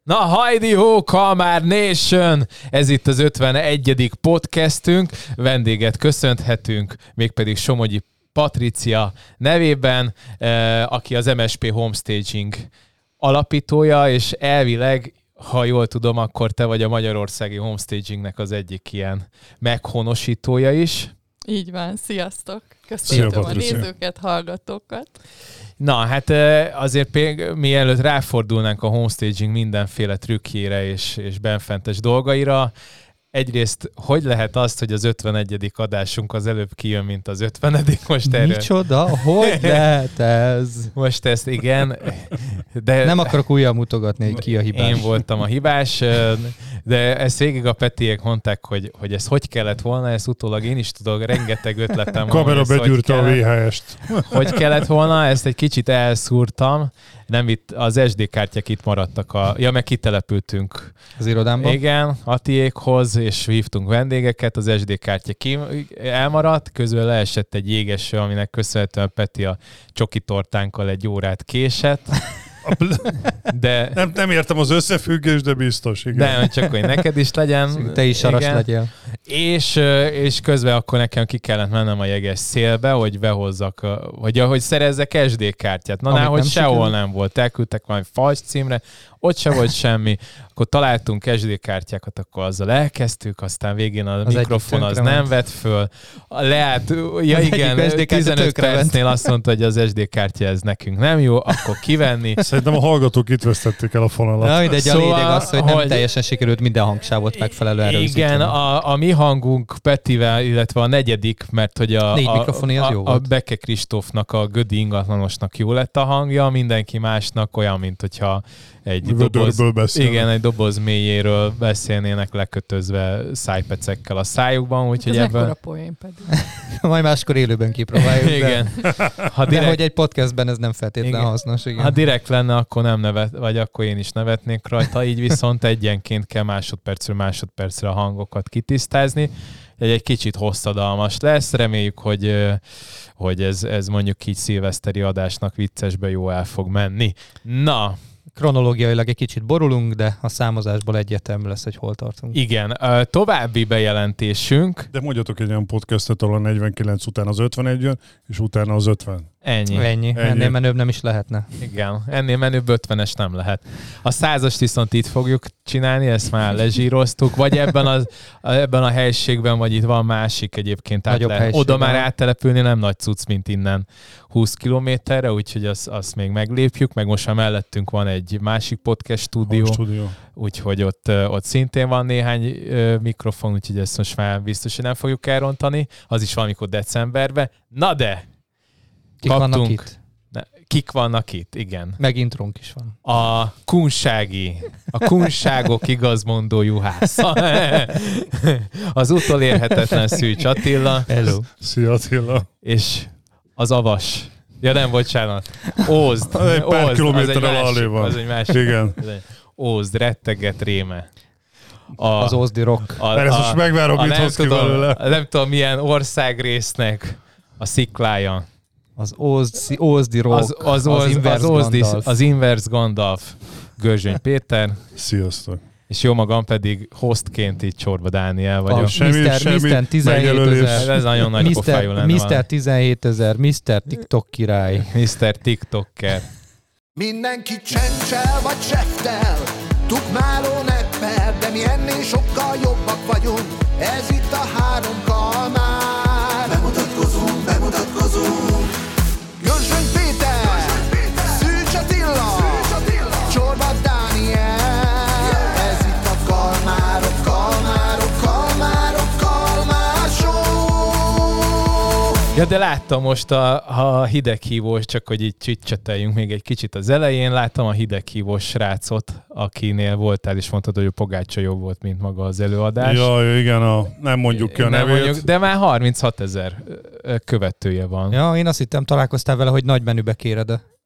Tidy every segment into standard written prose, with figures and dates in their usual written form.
Na, Heidi Ho, Kalmár Nation! Ez itt az 51. podcastünk. Vendéget köszönhetünk, mégpedig Somogyi Patricia nevében, aki az MSP Homestaging alapítója, és elvileg, ha jól tudom, akkor te vagy a magyarországi homestagingnek az egyik ilyen meghonosítója is. Így van, sziasztok! Köszöntöm a nézőket, hallgatókat. Na, hát azért mielőtt ráfordulnánk a homestaging mindenféle trükkjére és benfentes dolgaira, egyrészt, hogy lehet azt, hogy az 51. adásunk az előbb kijön, mint az 50. Most erről... Micsoda? Hogy lehet ez? Most ezt igen, de... Nem akarok újra mutogatni, hogy ki a hibás. Én voltam a hibás, de ezt végig a Petiek mondták, hogy ez hogy kellett volna, ezt utólag én is tudok, rengeteg ötletem van. Kamera begyűrte a VHS-t. Hogy kellett volna, ezt egy kicsit elszúrtam. Nem itt, az SD kártyák itt maradtak. Meg kitelepültünk az irodámban. Igen, Atiékhoz, és hívtunk vendégeket, az SD kártya elmaradt, közben leesett egy jégeső, aminek köszönhetően Peti a csoki tortánkkal egy órát késett. De... Nem értem az összefüggést, de biztos, igen. De csak hogy neked is legyen. Te is saras legyél. És közben akkor nekem ki kellett mennem a jeges szélbe, hogy behozzak, hogy szerezzek SD kártyát. Na, hogy sehol nem volt. Elküldtek valami falcs címre, ott se volt semmi. Akkor találtunk SD kártyákat, akkor azzal elkezdtük, aztán végén a mikrofon az nem vett föl. Leállt, ja igen, 15 percnél azt mondta, hogy az SD kártya ez nekünk nem jó, akkor kivenni. Szerintem a hallgatók itt vesztették el a fonalat. Na, de szóval, a lényeg az, hogy nem teljesen sikerült minden hangsávot megfelelően rögzíteni. Igen, a mi hangunk Petivel, illetve a negyedik, mert hogy a Beke Kristófnak, a Gödi ingatlanosnak jó lett a hangja, mindenki másnak olyan, mint hogyha egy doboz mélyéről beszélnének lekötözve szájpecekkel a szájukban, úgyhogy ez ekkora poén pedig. Majd máskor élőben kipróbáljuk. Igen. De hogy egy podcastben ez nem feltétlenül hasznos. Igen. Ha direkt lenne, akkor nem vagy akkor én is nevetnék rajta, így viszont egyenként kell másodpercre a hangokat kitisztázni. Egy kicsit hosszadalmas lesz, reméljük, hogy ez mondjuk így szilveszteri adásnak viccesbe jó el fog menni. Na, kronológiailag egy kicsit borulunk, de a számozásból egyértelmű lesz, hogy hol tartunk. Igen. További bejelentésünk. De mondjatok egy olyan podcastet, ahol a 49 után az 51 jön, és utána az 50. Ennyi. Ennél menőbb nem is lehetne. Igen, ennél menőbb 50-es nem lehet. A 100-ast viszont itt fogjuk csinálni, ezt már lezsíroztuk, vagy ebben a helységben, vagy itt van másik egyébként. Oda már áttelepülni nem nagy cucc, mint innen 20 kilométerre, úgyhogy azt még meglépjük, meg most már mellettünk van egy másik podcast stúdió. Úgyhogy ott szintén van néhány mikrofon, úgyhogy ezt most már biztos, hogy nem fogjuk elrontani. Az is valamikor decemberben. Na de! Kik vannak itt? Igen. Meg intrónk is van. A kunságok igazmondó juhásza. Az utolérhetetlen Szűcs Attila. Hello. Szia Attila. És az Avas. Ja nem, bocsánat. Ózd. Pár kilométerrel alébb van. Az egy másik. Igen. Ózd, retteget réme. Az Ózdi Rock. Ezt most megvárok, mit hoz ki belőle. Nem tudom, milyen országrésznek a sziklája. Az Ózdi Rock, az Inverse Gandalf, Görzsöny Péter. Sziasztok. És jó magam pedig hostként itt Csorba Dániel vagyok. Mr. 17 000. Ez nagyon nagy pofájú lenne. Mr. 17 000, Mr. TikTok király. Mr. TikToker. Mindenki csencsel vagy seftel, tukmáló nepper, de mi ennél sokkal jobbak vagyunk. Ez itt a három Kalmár. Bemutatkozunk. Görzsöny Péter, Szűcs Attila, Csorba Dániel. Ez itt a Kalmár Show. Ja, de láttam most a hideghívós, csak hogy így csüccseteljünk még egy kicsit az elején, láttam a hideghívós srácot, akinél voltál, és mondtad, hogy a pogácsa jobb volt, mint maga az előadás. Ja, igen, nem mondjuk ki a nevét. De már 36 000 követője van. Ja, én azt hittem, találkoztál vele, hogy nagy menübe kéred.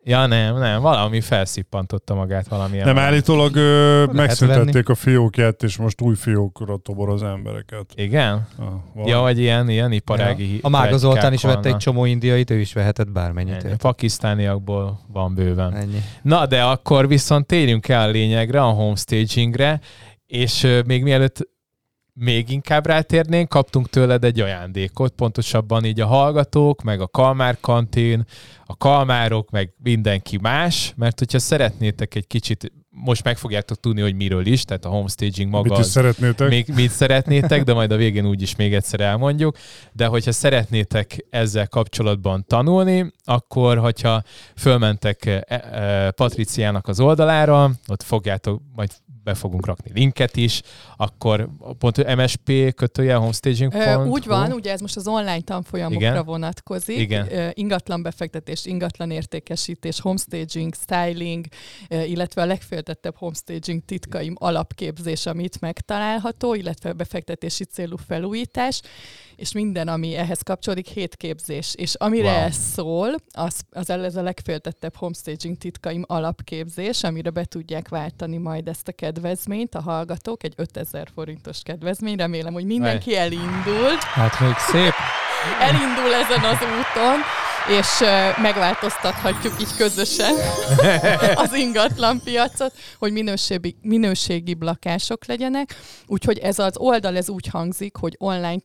Ja, nem, valami felszippantottta magát valamilyen. Nem, állítólag megszüntették a fiókját, és most új fiókra tobor az embereket. Igen? Ja, vagy ilyen iparági... A Mága Zoltán is vette egy csomó indiait, ő is vehetett bármennyit. Pakisztániakból van bőven. Ennyi. Na, de akkor viszont térjünk el a lényegre, a homestagingre, és még mielőtt még inkább rátérnénk, kaptunk tőled egy ajándékot, pontosabban így a hallgatók, meg a Kalmár kantin, a kalmárok, meg mindenki más, mert hogyha szeretnétek egy kicsit, most meg fogjátok tudni, hogy miről is, tehát a homestaging maga mit is szeretnétek? Még mit szeretnétek, de majd a végén úgyis még egyszer elmondjuk, de hogyha szeretnétek ezzel kapcsolatban tanulni, akkor hogyha fölmentek Patriciának az oldalára, ott fogjátok, majd be fogunk rakni linket is, akkor pont msp-homestaging.hu. Úgy van, ugye ez most az online tanfolyamokra vonatkozik. Igen. Ingatlan befektetés, ingatlan értékesítés, homestaging, styling, illetve a legféltettebb homestaging titkaim alapképzés, amit megtalálható, illetve befektetési célú felújítás, és minden, ami ehhez kapcsolódik, 7 képzés. És amire ez szól, az ez a legféltettebb homestaging titkaim alapképzés, amire be tudják váltani majd ezt a kedvezményt a hallgatók, egy 5000 forintos kedvezmény. Remélem, hogy mindenki elindult. Hát még szép. Elindul ezen az úton, és megváltoztathatjuk így közösen az ingatlanpiacot, hogy minőségibb lakások legyenek. Úgyhogy ez az oldal ez úgy hangzik, hogy online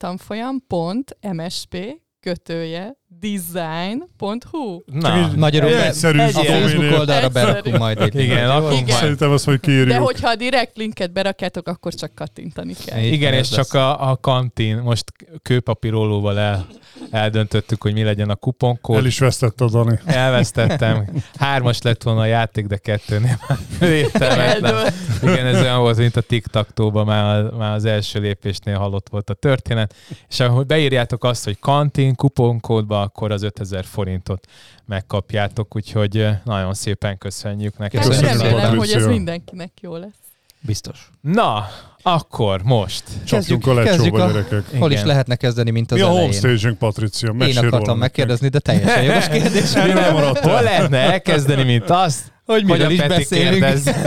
tanfolyam.msp-design.hu. Na, magyarul a Facebook oldalra berakunk majd egy. Igen. Szerintem azt, hogy kiírjuk. De hogyha a direkt linket berakjátok, akkor csak kattintani kell. Igen, és csak a kantin, most kőpapírólóval eldöntöttük, hogy mi legyen a kuponkód. El is vesztett a Dani. Elvesztettem. 3-as lett volna a játék, de 2-nél már értelmetlen. Igen, ez olyan volt, mint a TikTok-tóban, már az első lépésnél halott volt a történet. És ahogy beírjátok azt, hogy kantin kuponkódba, akkor az 5000 forintot megkapjátok, úgyhogy nagyon szépen köszönjük neked. Remélem, hogy ez mindenkinek jó lesz. Biztos. Na, akkor most. Csapjunk a lecsóba, gyerekek. Hol is lehetne kezdeni, mint az elején? Mi a homestaging, Patricia? Én akartam megkérdezni, de teljesen jogos kérdés. Hol lehetne elkezdeni, mint azt, hogy miről is beszélünk?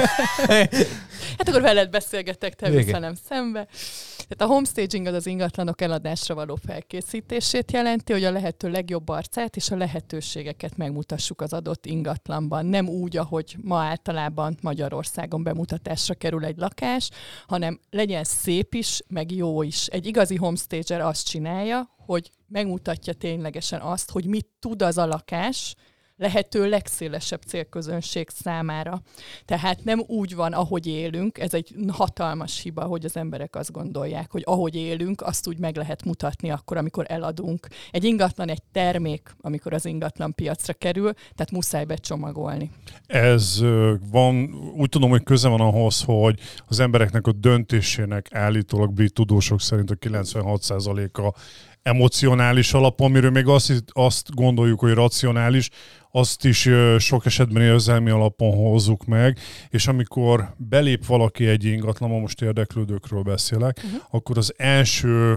Hát akkor veled beszélgetek, te velem szembe. Tehát a homestaging az ingatlanok eladásra való felkészítését jelenti, hogy a lehető legjobb arcát és a lehetőségeket megmutassuk az adott ingatlanban. Nem úgy, ahogy ma általában Magyarországon bemutatásra kerül egy lakás, hanem legyen szép is, meg jó is. Egy igazi homestager azt csinálja, hogy megmutatja ténylegesen azt, hogy mit tud az a lakás, lehető legszélesebb célközönség számára. Tehát nem úgy van, ahogy élünk, ez egy hatalmas hiba, hogy az emberek azt gondolják, hogy ahogy élünk, azt úgy meg lehet mutatni akkor, amikor eladunk. Egy ingatlan egy termék, amikor az ingatlan piacra kerül, tehát muszáj becsomagolni. Ez van, úgy tudom, hogy köze van ahhoz, hogy az embereknek a döntésének állítólag brit tudósok szerint a 96%-a emocionális alapon, amiről még azt gondoljuk, hogy racionális, azt is sok esetben érzelmi alapon hozzuk meg, és amikor belép valaki egy ingatlanba, most érdeklődőkről beszélek, akkor az első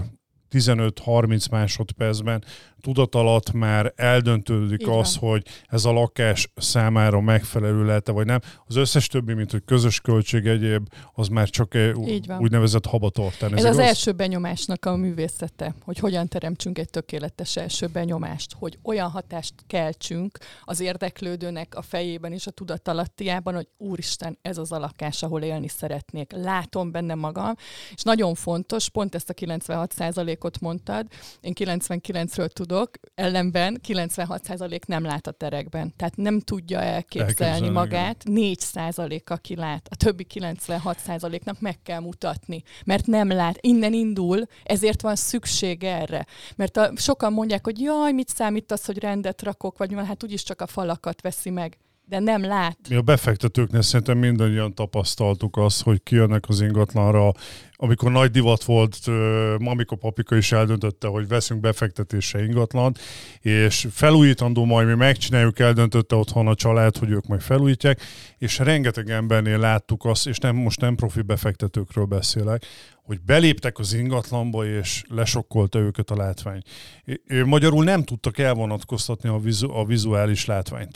15-30 másodpercben tudat alatt már eldöntődik az, hogy ez a lakás számára megfelelő lehet-e, vagy nem. Az összes többi, mint hogy közös költség egyéb, az már csak úgynevezett habatortán. Ez az első benyomásnak a művészete, hogy hogyan teremtsünk egy tökéletes első benyomást, hogy olyan hatást keltsünk az érdeklődőnek a fejében és a tudatalattiában, hogy úristen, ez az a lakás, ahol élni szeretnék. Látom benne magam, és nagyon fontos, pont ezt a 96%-ot mondtad, én 99-ről tudok, ellenben 96% nem lát a terekben. Tehát nem tudja elképzelni magát. 4% aki lát. A többi 96%-nak meg kell mutatni. Mert nem lát. Innen indul, ezért van szükség erre. Mert sokan mondják, hogy jaj, mit számít az, hogy rendet rakok, vagy hát úgyis csak a falakat veszi meg. De nem lát. Mi a befektetőknél szerintem mindannyian tapasztaltuk azt, hogy kijönnek az ingatlanra, amikor nagy divat volt, mamika, papika is eldöntötte, hogy veszünk befektetésre ingatlant, és felújítandó majd mi megcsináljuk, eldöntötte otthon a család, hogy ők majd felújítják, és rengeteg embernél láttuk azt, és most nem profi befektetőkről beszélek, hogy beléptek az ingatlanba, és lesokkolta őket a látvány. Magyarul nem tudtak elvonatkoztatni a vizuális látványtól.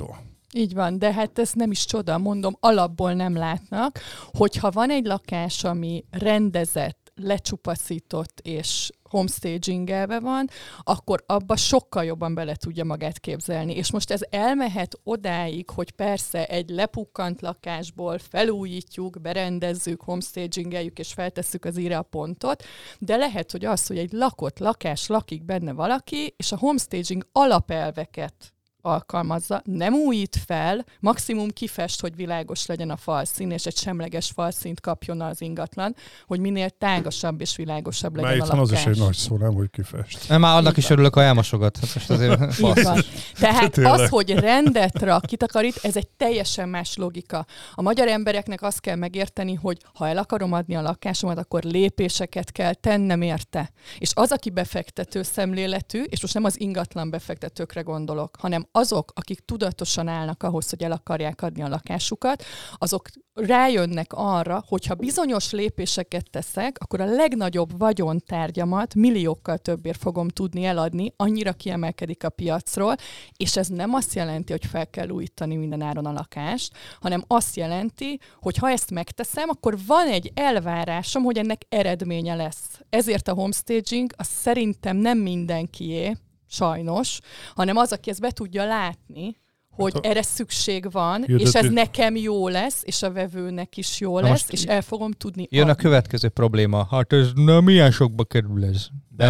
Így van, de hát ez nem is csoda, mondom, alapból nem látnak, hogyha van egy lakás, ami rendezett, lecsupaszított és homestagingelve van, akkor abba sokkal jobban bele tudja magát képzelni. És most ez elmehet odáig, hogy persze egy lepukkant lakásból felújítjuk, berendezzük, homestagingeljük és feltesszük az i-re a pontot, de lehet, hogy az, hogy egy lakott lakás lakik benne valaki, és a homestaging alapelveket alkalmazza, nem újít fel, maximum kifest, hogy világos legyen a falszín, és egy semleges falszínt kapjon az ingatlan, hogy minél tágasabb és világosabb legyen a lakás. Az is egy nagy szó, nem, hogy kifest. Már annak is örülök, ha elmosogat. Most azért Tehát az, hogy rendet rak, kitakarít, ez egy teljesen más logika. A magyar embereknek azt kell megérteni, hogy ha el akarom adni a lakásomat, akkor lépéseket kell tennem érte. És az, aki befektető szemléletű, és most nem az ingatlan befektetőkre gondolok, hanem azok, akik tudatosan állnak ahhoz, hogy el akarják adni a lakásukat, azok rájönnek arra, hogyha bizonyos lépéseket teszek, akkor a legnagyobb vagyontárgyamat milliókkal többért fogom tudni eladni, annyira kiemelkedik a piacról, és ez nem azt jelenti, hogy fel kell újítani minden áron a lakást, hanem azt jelenti, hogy ha ezt megteszem, akkor van egy elvárásom, hogy ennek eredménye lesz. Ezért a homestaging az szerintem nem mindenkié, sajnos, hanem az, aki ezt be tudja látni, hogy erre szükség van, és ez nekem jó lesz, és a vevőnek is jó lesz, és el fogom tudni jön adni. A következő probléma. Hát ez nem ilyen sokba kerül ez. De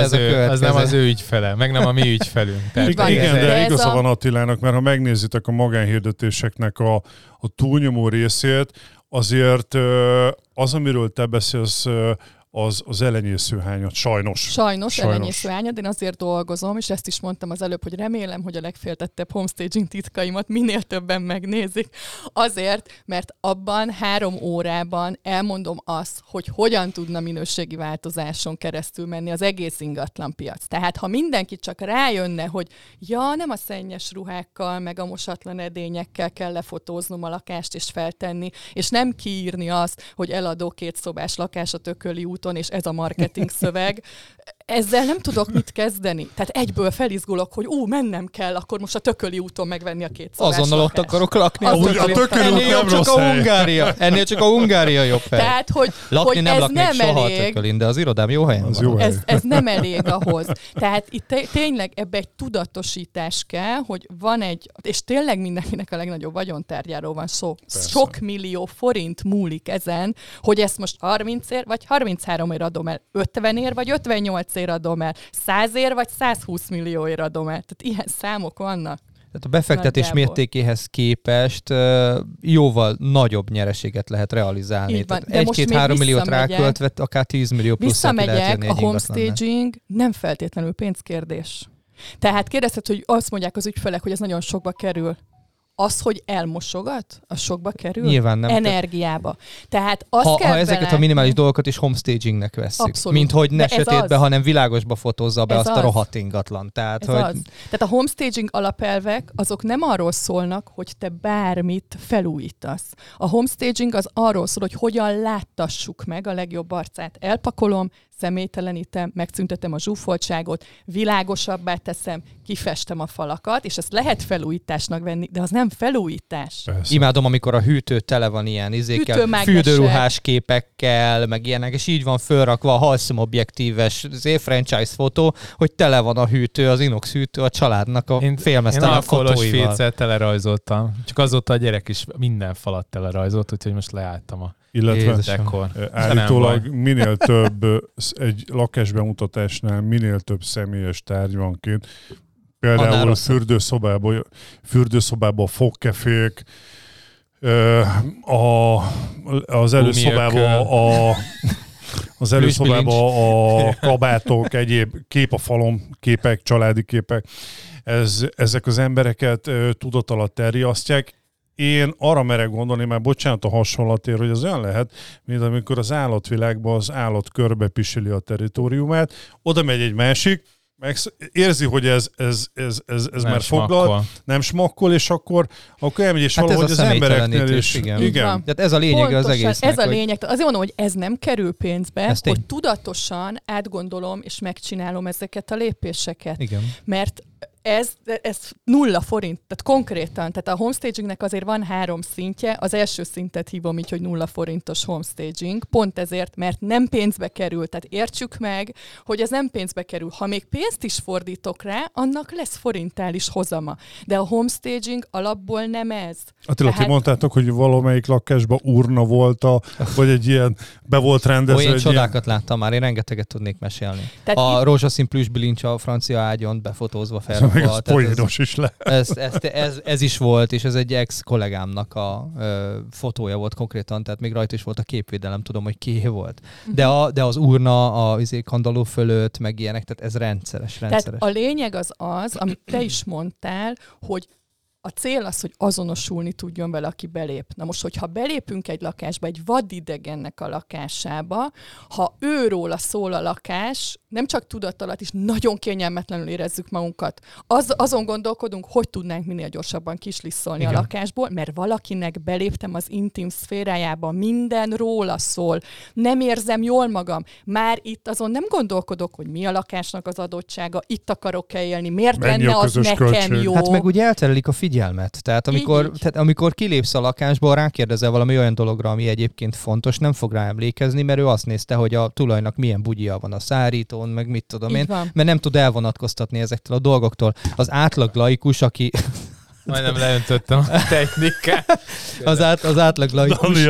ez nem az ő ügyfele, meg nem a mi ügyfelünk. Igen, de igaza van Attilának, mert ha megnézitek a magánhirdetéseknek a túlnyomó részét, azért az, amiről te beszélsz, az elenyésző hányad, sajnos. Elenyésző hányad, én azért dolgozom, és ezt is mondtam az előbb, hogy remélem, hogy a legféltettebb homestaging titkaimat minél többen megnézik. Azért, mert abban 3 órában elmondom azt, hogy hogyan tudna minőségi változáson keresztül menni az egész ingatlanpiac. Tehát ha mindenki csak rájönne, hogy nem a szennyes ruhákkal, meg a mosatlan edényekkel kell lefotóznom a lakást és feltenni, és nem kiírni azt, hogy eladó 2 szobás lakás a Tököli úton, és ez a marketing szöveg. Ezzel nem tudok mit kezdeni. Tehát egyből felizgulok, hogy mennem kell, akkor most a Tököli úton megvenni a 2 szobás azonnal lakást. Ott akarok lakni. A Tököli út nem rossz hely. Ennél csak a Hungária jobb hely. Tehát, hogy nem ez laknék nem soha elég. a Tökölin, de az irodám jó helyen van. Jó hely. Ez nem elég ahhoz. Tehát itt tényleg ebbe egy tudatosítás kell, hogy van egy, és tényleg mindenkinek a legnagyobb vagyontárgyáról van szó. Persze. Sok millió forint múlik ezen, hogy ezt most 30-ért vagy 33-ért adom el, 50-ért vagy 58-ért adom el, 100-ért vagy 120 millióért adom el. Tehát ilyen számok vannak. Tehát a befektetés mértékéhez képest jóval nagyobb nyereséget lehet realizálni. 1-2-3 milliót ráköltve, akár 10 millió pluszat lehet jönni a homestaging nem feltétlenül pénzkérdés. Tehát kérdezted, hogy azt mondják az ügyfelek, hogy ez nagyon sokba kerül. Az, hogy elmosogat, az sokba kerül? Nyilván nem. Energiába. Tehát azt ha kell ezeket a minimális dolgokat is homestagingnek vesszük. Abszolút. Mint hogy ne sötétbe, hanem világosba fotózza be azt a rohadt ingatlan. Tehát a homestaging alapelvek azok nem arról szólnak, hogy te bármit felújítasz. A homestaging az arról szól, hogy hogyan láttassuk meg a legjobb arcát. Elpakolom, személytelenítem, megszüntetem a zsúfoltságot, világosabbá teszem, kifestem a falakat, és ezt lehet felújításnak venni, de az nem felújítás. Persze. Imádom, amikor a hűtő tele van ilyen fürdőruhás képekkel, meg ilyenek, és így van fölrakva a halszemobjektíves franchise fotó, hogy tele van a hűtő, az inox hűtő a családnak a félmeztelen fotóival. Én alkoholos telerajzoltam. Csak azóta a gyerek is minden falat telerajzolt, úgyhogy most leálltam a illetve állítólag minél több egy lakásbemutatásnál minél több személyes tárgy van kint. Például fürdőszobában fogkefék, az előszobában a kabátok, egyéb kép a falon, képek, családi képek. Ezek az embereket tudat alatt elriasztják. Én arra merek gondolni, már bocsánat a hasonlatért, hogy az olyan lehet, mint amikor az állatvilágban az állat körbe pisili a territóriumát, oda megy egy másik, érzi, hogy ez már foglalt, nem smakkol, és akkor elmegy, és hát valahogy az embereknél is. Igen. Tehát ez a lényeg az egésznek. Ez a lényeg. Azért mondom, hogy ez nem kerül pénzbe, hogy tudatosan átgondolom, és megcsinálom ezeket a lépéseket. Igen. Mert ez 0 forint, tehát konkrétan, tehát a homestagingnek azért van 3 szintje, az első szintet hívom így, hogy 0 forintos homestaging, pont ezért, mert nem pénzbe kerül, tehát értsük meg, hogy ez nem pénzbe kerül. Ha még pénzt is fordítok rá, annak lesz forintális hozama. De a homestaging alapból nem ez. Attila, ti mondtátok, hogy valamelyik lakásban urna volt, vagy egy ilyen be volt rendezve. Olyan csodákat láttam már, én rengeteget tudnék mesélni. Tehát a rózsaszín plüssbilincs a francia ágyon befotózva felrakva. Poénos is le. Ez is volt, és ez egy ex-kollégámnak a fotója volt konkrétan, tehát még rajta is volt a képvédelem, tudom, hogy ki volt. De az urna a kandalló fölött, meg ilyenek, tehát ez rendszeres. Tehát a lényeg az, amit te is mondtál, hogy a cél az, hogy azonosulni tudjon vele, aki belép. Na most, hogyha belépünk egy lakásba, egy vadidegennek a lakásába, ha őróla szól a lakás, nem csak tudat alatt is, nagyon kényelmetlenül érezzük magunkat. Azon gondolkodunk, hogy tudnánk minél gyorsabban kislisszolni a lakásból, mert valakinek beléptem az intim szférájába, minden róla szól, nem érzem jól magam. Már itt azon nem gondolkodok, hogy mi a lakásnak az adottsága, itt akarok-e élni, miért lenne az nekem költség? Jó. Hát meg ugye elterelik a figyelmet. Tehát amikor kilépsz a lakásból, rákérdezel valami olyan dologra, ami egyébként fontos, nem fog rá emlékezni, mert ő azt nézte, hogy a tulajnak milyen bugyja van a szárítón, meg mit tudom én, mert nem tud elvonatkoztatni ezektől a dolgoktól. Az átlag laikus, aki... Majdnem leöntöttem a technikát. Az átlag laikus,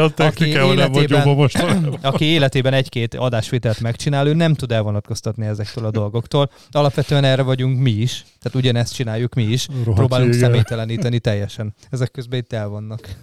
aki életében 1-2 adásvételt megcsinál, ő nem tud elvonatkoztatni ezektől a dolgoktól. Alapvetően erre vagyunk mi is, tehát ugyanezt csináljuk mi is. Próbálunk személyteleníteni teljesen. Ezek közben itt elvannak.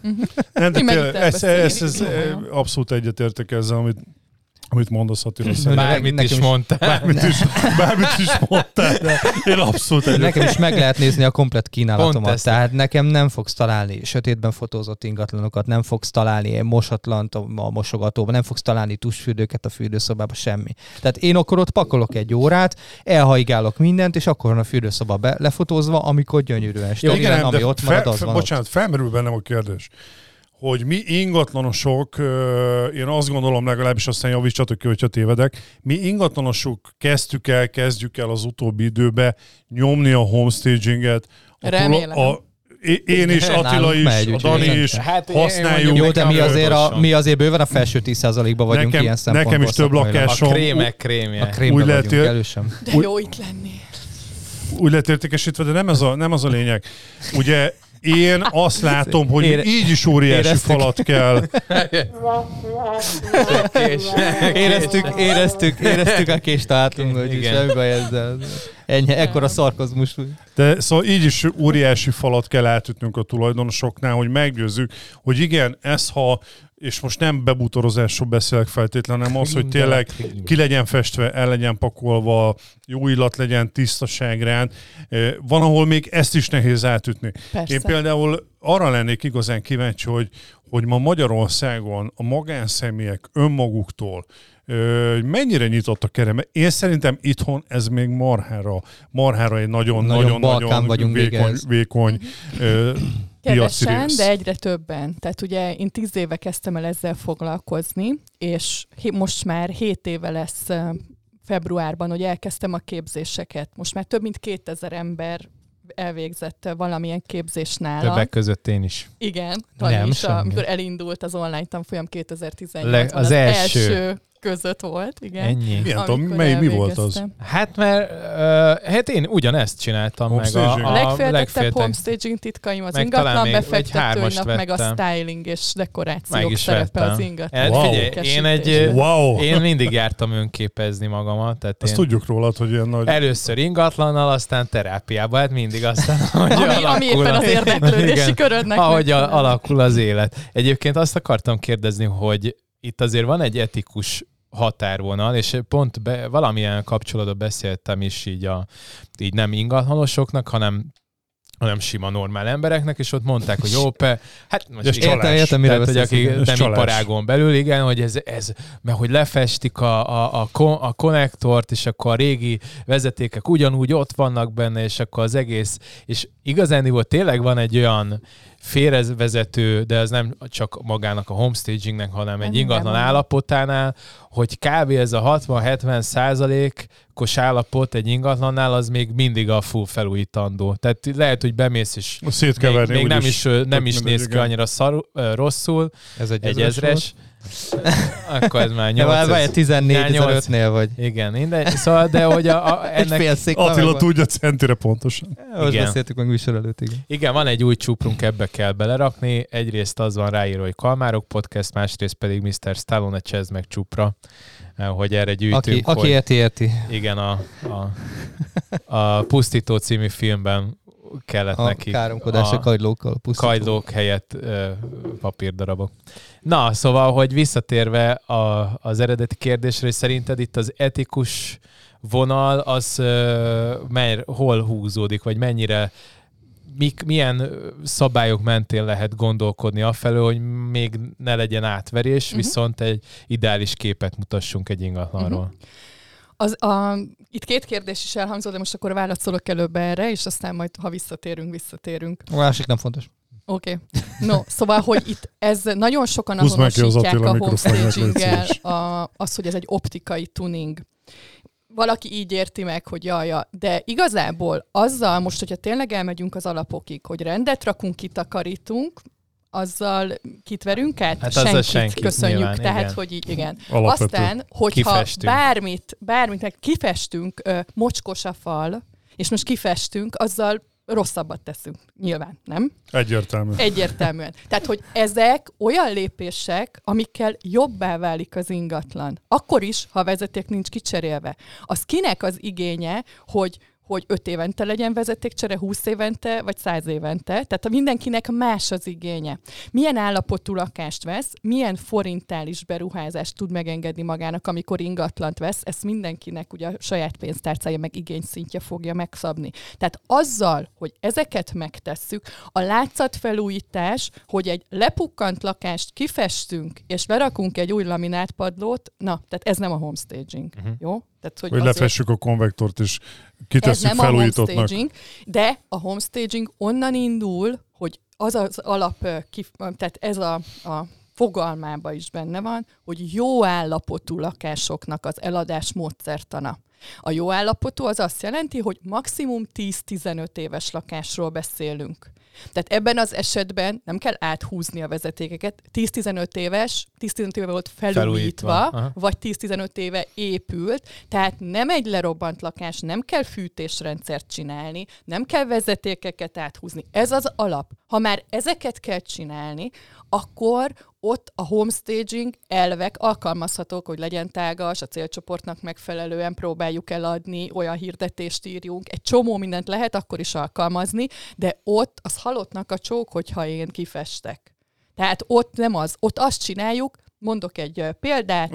Ez abszolút egyetértek ezzel, amit mondasz, Attila. Bármit is mondtál. Bármit is mondtál, de én abszolút egyetértek. Nekem is meg lehet nézni a komplett kínálatomat. Tehát nekem nem fogsz találni sötétben fotózott ingatlanokat, nem fogsz találni mosatlant a mosogatóban, nem fogsz találni tusfürdőket a fürdőszobában, semmi. Tehát én akkor ott pakolok egy órát, elhaigálok mindent, és akkor van a fürdőszoba lefotózva, amikor gyönyörűen sterilen, ami ott marad, az van. Bocsánat, felmerül bennem a kérdés, hogy mi ingatlanosok, én azt gondolom legalábbis, aztán javítsatok ki, hogyha tévedek, mi ingatlanosok kezdjük el az utóbbi időben nyomni a homestaginget. Remélem. Én is, Attila is, a Dani is használjuk. Jó, de mi azért bőven a felső 10%-ba vagyunk ilyen szempontból. Nekem is több lakásom. A krémek krémje. A krémbe vagyunk elősen. De jó itt lenni. Úgy lett értékesítve, de nem az a lényeg. Ugye én azt látom, hogy így is óriási falat kell. Éreztük a kést átlunk, hogy semmi baj ezzel. Ennyi, ekkora szarkozmus. De szóval így is óriási falat kell átütnünk a tulajdonosoknál, hogy meggyőzzük, hogy igen, és most nem bebútorozásról beszélek feltétlenül, hanem az, hogy tényleg ki legyen festve, el legyen pakolva, jó illat legyen, tisztaságrend. Van, ahol még ezt is nehéz átütni. Persze. Én például arra lennék igazán kíváncsi, hogy ma Magyarországon a magánszemélyek önmaguktól mennyire nyitott a kerem. Én szerintem itthon ez még marhára egy nagyon vékony kevesen, de egyre többen. Tehát ugye én 10 éve kezdtem el ezzel foglalkozni, és most már 7 éve lesz februárban, hogy elkezdtem a képzéseket. Most már több mint 2000 ember elvégzett valamilyen képzés nálam. Többek között én is. Igen, amikor elindult az online tanfolyam 2018-ban. Az első között volt, igen. Ennyi. Mi volt az? Hát mert én ugyanezt csináltam meg. A legféltettebb homestaging titkaim az ingatlan befektetőnek, meg a styling és dekorációk szerepe az ingatlan. Wow. Figyelj, én mindig jártam önképezni magamat. Tehát azt tudjuk rólad, hogy ilyen nagy... Először ingatlannal, aztán terápiába, hát mindig aztán, ami éppen az érdeklődési körödnek. Ahogy alakul az élet. Egyébként azt akartam kérdezni, hogy itt azért van egy etikus határvonal, és pont valamilyen kapcsolatban beszéltem is így nem ingatlanosoknak, hanem sima normál embereknek, és ott mondták, hogy jó, hát most értem, tehát, hogy aki nem iparágon belül, igen, hogy ez mert hogy lefestik a konnektort, és akkor a régi vezetékek ugyanúgy ott vannak benne, és akkor az egész, és igazániból tényleg van egy olyan félrevezető, de ez nem csak magának a homestagingnek, hanem egy ingatlan állapotánál, hogy kb. Ez a 60-70%-os állapot egy ingatlannál, az még mindig a full felújítandó. Tehát lehet, hogy bemész és még nem is néz ki annyira rosszul. Ez egy ezres. Akkor ez már 14.005-nél vagy. Igen, mindegy. Szóval, de hogy ennek... Attila tudja centire pontosan. Most beszéltük meg műsor előtt, igen. Igen, van egy új csúprunk, ebbe kell belerakni. Egyrészt az van ráírva, hogy Kalmárok Podcast, másrészt pedig Mr. Stallone Csezd meg csupra, hogy erre gyűjtünk. Aki érti. Igen, a Pusztító című filmben kellett neki. Káromkodás a kagylókkal. Kagylók helyett papírdarabok. Na, szóval, hogy visszatérve az eredeti kérdésre, hogy szerinted itt az etikus vonal, az hol húzódik, vagy mennyire, milyen szabályok mentén lehet gondolkodni afelől, hogy még ne legyen átverés, viszont egy ideális képet mutassunk egy ingatlanról. Itt két kérdés is elhangzott, de most akkor válaszolok előbb erre, és aztán majd, ha visszatérünk. A másik nem fontos. Oké. No, szóval, hogy itt ez nagyon sokan azonosítják a homestaging-gel az, hogy ez egy optikai tuning. Valaki így érti meg, hogy jaja, de igazából azzal most, hogyha tényleg elmegyünk az alapokig, hogy rendet rakunk, kitakarítunk, azzal kit verünk át? Hát senkit köszönjük. Nyilván, tehát, igen. Hogy így, igen. Alapvető. Aztán, hogyha bármit kifestünk, mocskos a fal, és most kifestünk, azzal rosszabbat teszünk. Nyilván, nem? Egyértelműen. Tehát, hogy ezek olyan lépések, amikkel jobbá válik az ingatlan. Akkor is, ha a vezeték nincs kicserélve. Az kinek az igénye, hogy 5 évente legyen vezetékcsere, 20 évente, vagy 100 évente. Tehát mindenkinek más az igénye. Milyen állapotú lakást vesz, milyen forintális beruházást tud megengedni magának, amikor ingatlant vesz, ezt mindenkinek ugye a saját pénztárcája meg igényszintje fogja megszabni. Tehát azzal, hogy ezeket megtesszük, a látszatfelújítás, hogy egy lepukkant lakást kifestünk, és berakunk egy új laminátpadlót, tehát ez nem a homestaging. Jó? Tehát, hogy lefessük a konvektort, és kitesszük felújítottnak. A homestaging, de a homestaging onnan indul, hogy az az alap, tehát ez a fogalmában is benne van, hogy jó állapotú lakásoknak az eladás módszertana. A jó állapotú az azt jelenti, hogy maximum 10-15 éves lakásról beszélünk. Tehát ebben az esetben nem kell áthúzni a vezetékeket. 10-15 éve volt felújítva, vagy 10-15 éve épült, tehát nem egy lerobbant lakás, nem kell fűtésrendszert csinálni, nem kell vezetékeket áthúzni. Ez az alap. Ha már ezeket kell csinálni, akkor ott a homestaging elvek alkalmazhatók, hogy legyen tágas, a célcsoportnak megfelelően próbáljuk eladni, olyan hirdetést írjunk, egy csomó mindent lehet akkor is alkalmazni, de ott az halottnak a csók, hogyha én kifestek. Tehát ott nem az, ott azt csináljuk, mondok egy példát,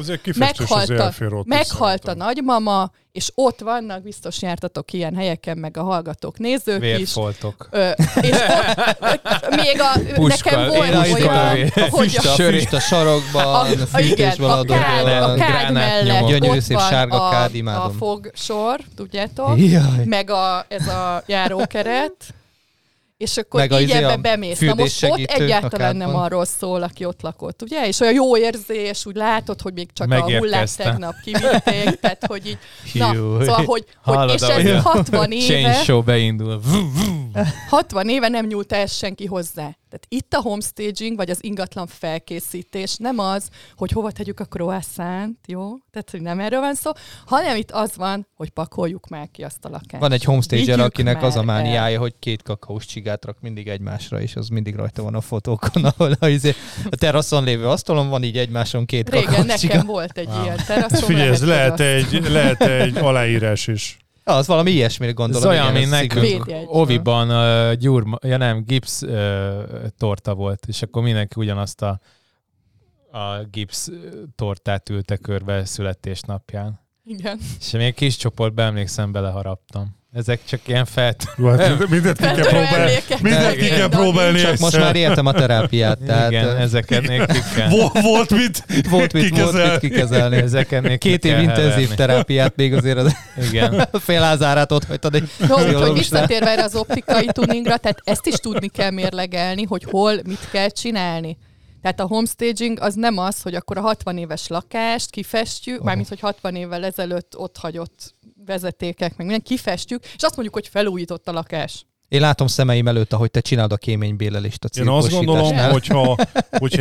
meghalt a nagymama, és ott vannak, biztos jártatok ilyen helyeken, meg a hallgatók, nézők Vérfoltok. És ott még nekem volt olyan, hogy füst a sarokban, a fűtésben adott a kád mellett gyönyörű szép sárga kád, imádom. A fogsor, tudjátok, meg ez a járókeret, és akkor így ebbe bemész. Na most ott egyáltalán nem arról szól, aki ott lakott, ugye? És olyan jó érzés, úgy látod, hogy még csak a hullát tegnap kivitték, tehát hogy így, szóval, hogy és ez 60 éve... Change show beindul. 60 éve nem nyúlt el senki hozzá. Tehát itt a homestaging, vagy az ingatlan felkészítés nem az, hogy hova tegyük a croissant, jó? Tehát, hogy nem erről van szó, hanem itt az van, hogy pakoljuk már ki azt a lakást. Van egy homestager, akinek az a mániája, hogy 2 kakaós csigát rak mindig egymásra, és az mindig rajta van a fotókon, ahol a teraszon lévő asztalon van így egymáson 2 kakaós csiga. Régen nekem volt egy ilyen teraszon. Figyelj, ez lehet egy aláírás is. Az valami ilyesmire gondolom. Ez olyan, mint nekünk oviban gipsz torta volt, és akkor mindenki ugyanazt a gipsz tortát ülte körbe születésnapján. Igen. És még kis csoportban emlékszem, beleharaptam. Ezek csak ilyen Mindent ki kell próbálni. Csak most már értem a terápiát. Tehát... Igen, ezeket még ki kell. Volt mit kikezelni. Ezeket még 2 év intenzív terápiát még azért az félázárát ott hagytad egy hogy visszatérve erre az optikai tuningra, tehát ezt is tudni kell mérlegelni, hogy hol mit kell csinálni. Tehát a homestaging az nem az, hogy akkor a 60 éves lakást kifestjük, mármint, hogy 60 évvel ezelőtt ott hagyott vezetékek, meg minden, kifestjük, és azt mondjuk, hogy felújított a lakás. Én látom szemeim előtt, ahogy te csinálod a kéménybélelést a cirkosításnál. Én azt gondolom, hogyha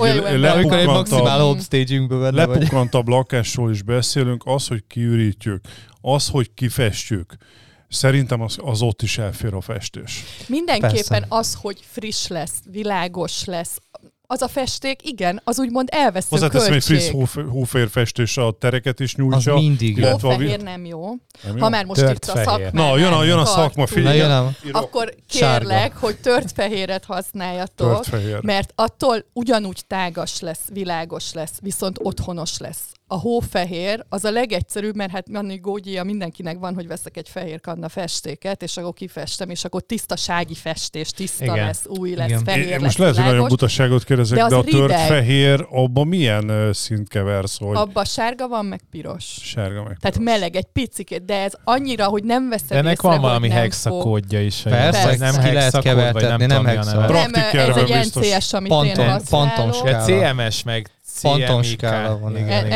egy lepukkantabb lakásról is beszélünk, az, hogy kiürítjük, az, hogy kifestjük, szerintem az ott is elfér a festés. Mindenképpen persze. Az, hogy friss lesz, világos lesz, az a festék, igen, az úgymond elvesző költség. Hozzáteszem, egy friss hófehér festés a tereket is nyújtsa. Az mindig. Hófehér nem jó. Ha már most itt a szakmánál. Na, jön a szakma, figyelj. Akkor kérlek, hogy tört fehéret használjatok, mert attól ugyanúgy tágas lesz, világos lesz, viszont otthonos lesz. A hófehér az a legegyszerűbb, mert hát gógyia mindenkinek van, hogy veszek egy fehér kanna festéket, és akkor kifestem, és akkor tisztasági festés, tiszta lesz, új lesz, fehér lesz, most lehet, hogy nagyon butaságot kérdezek, de a tört fehér, abban milyen szint keversz? Hogy... Abban sárga van, meg piros. Sárga, meg tehát piros. Meleg, egy picikét, de ez annyira, hogy nem veszed észre, ennek van valami hexakódja is. Persze, nem ki lehet kevertetni, nem hexakód. Nem, ez egy NCS, amit én használok. CMS meg Panton skála van.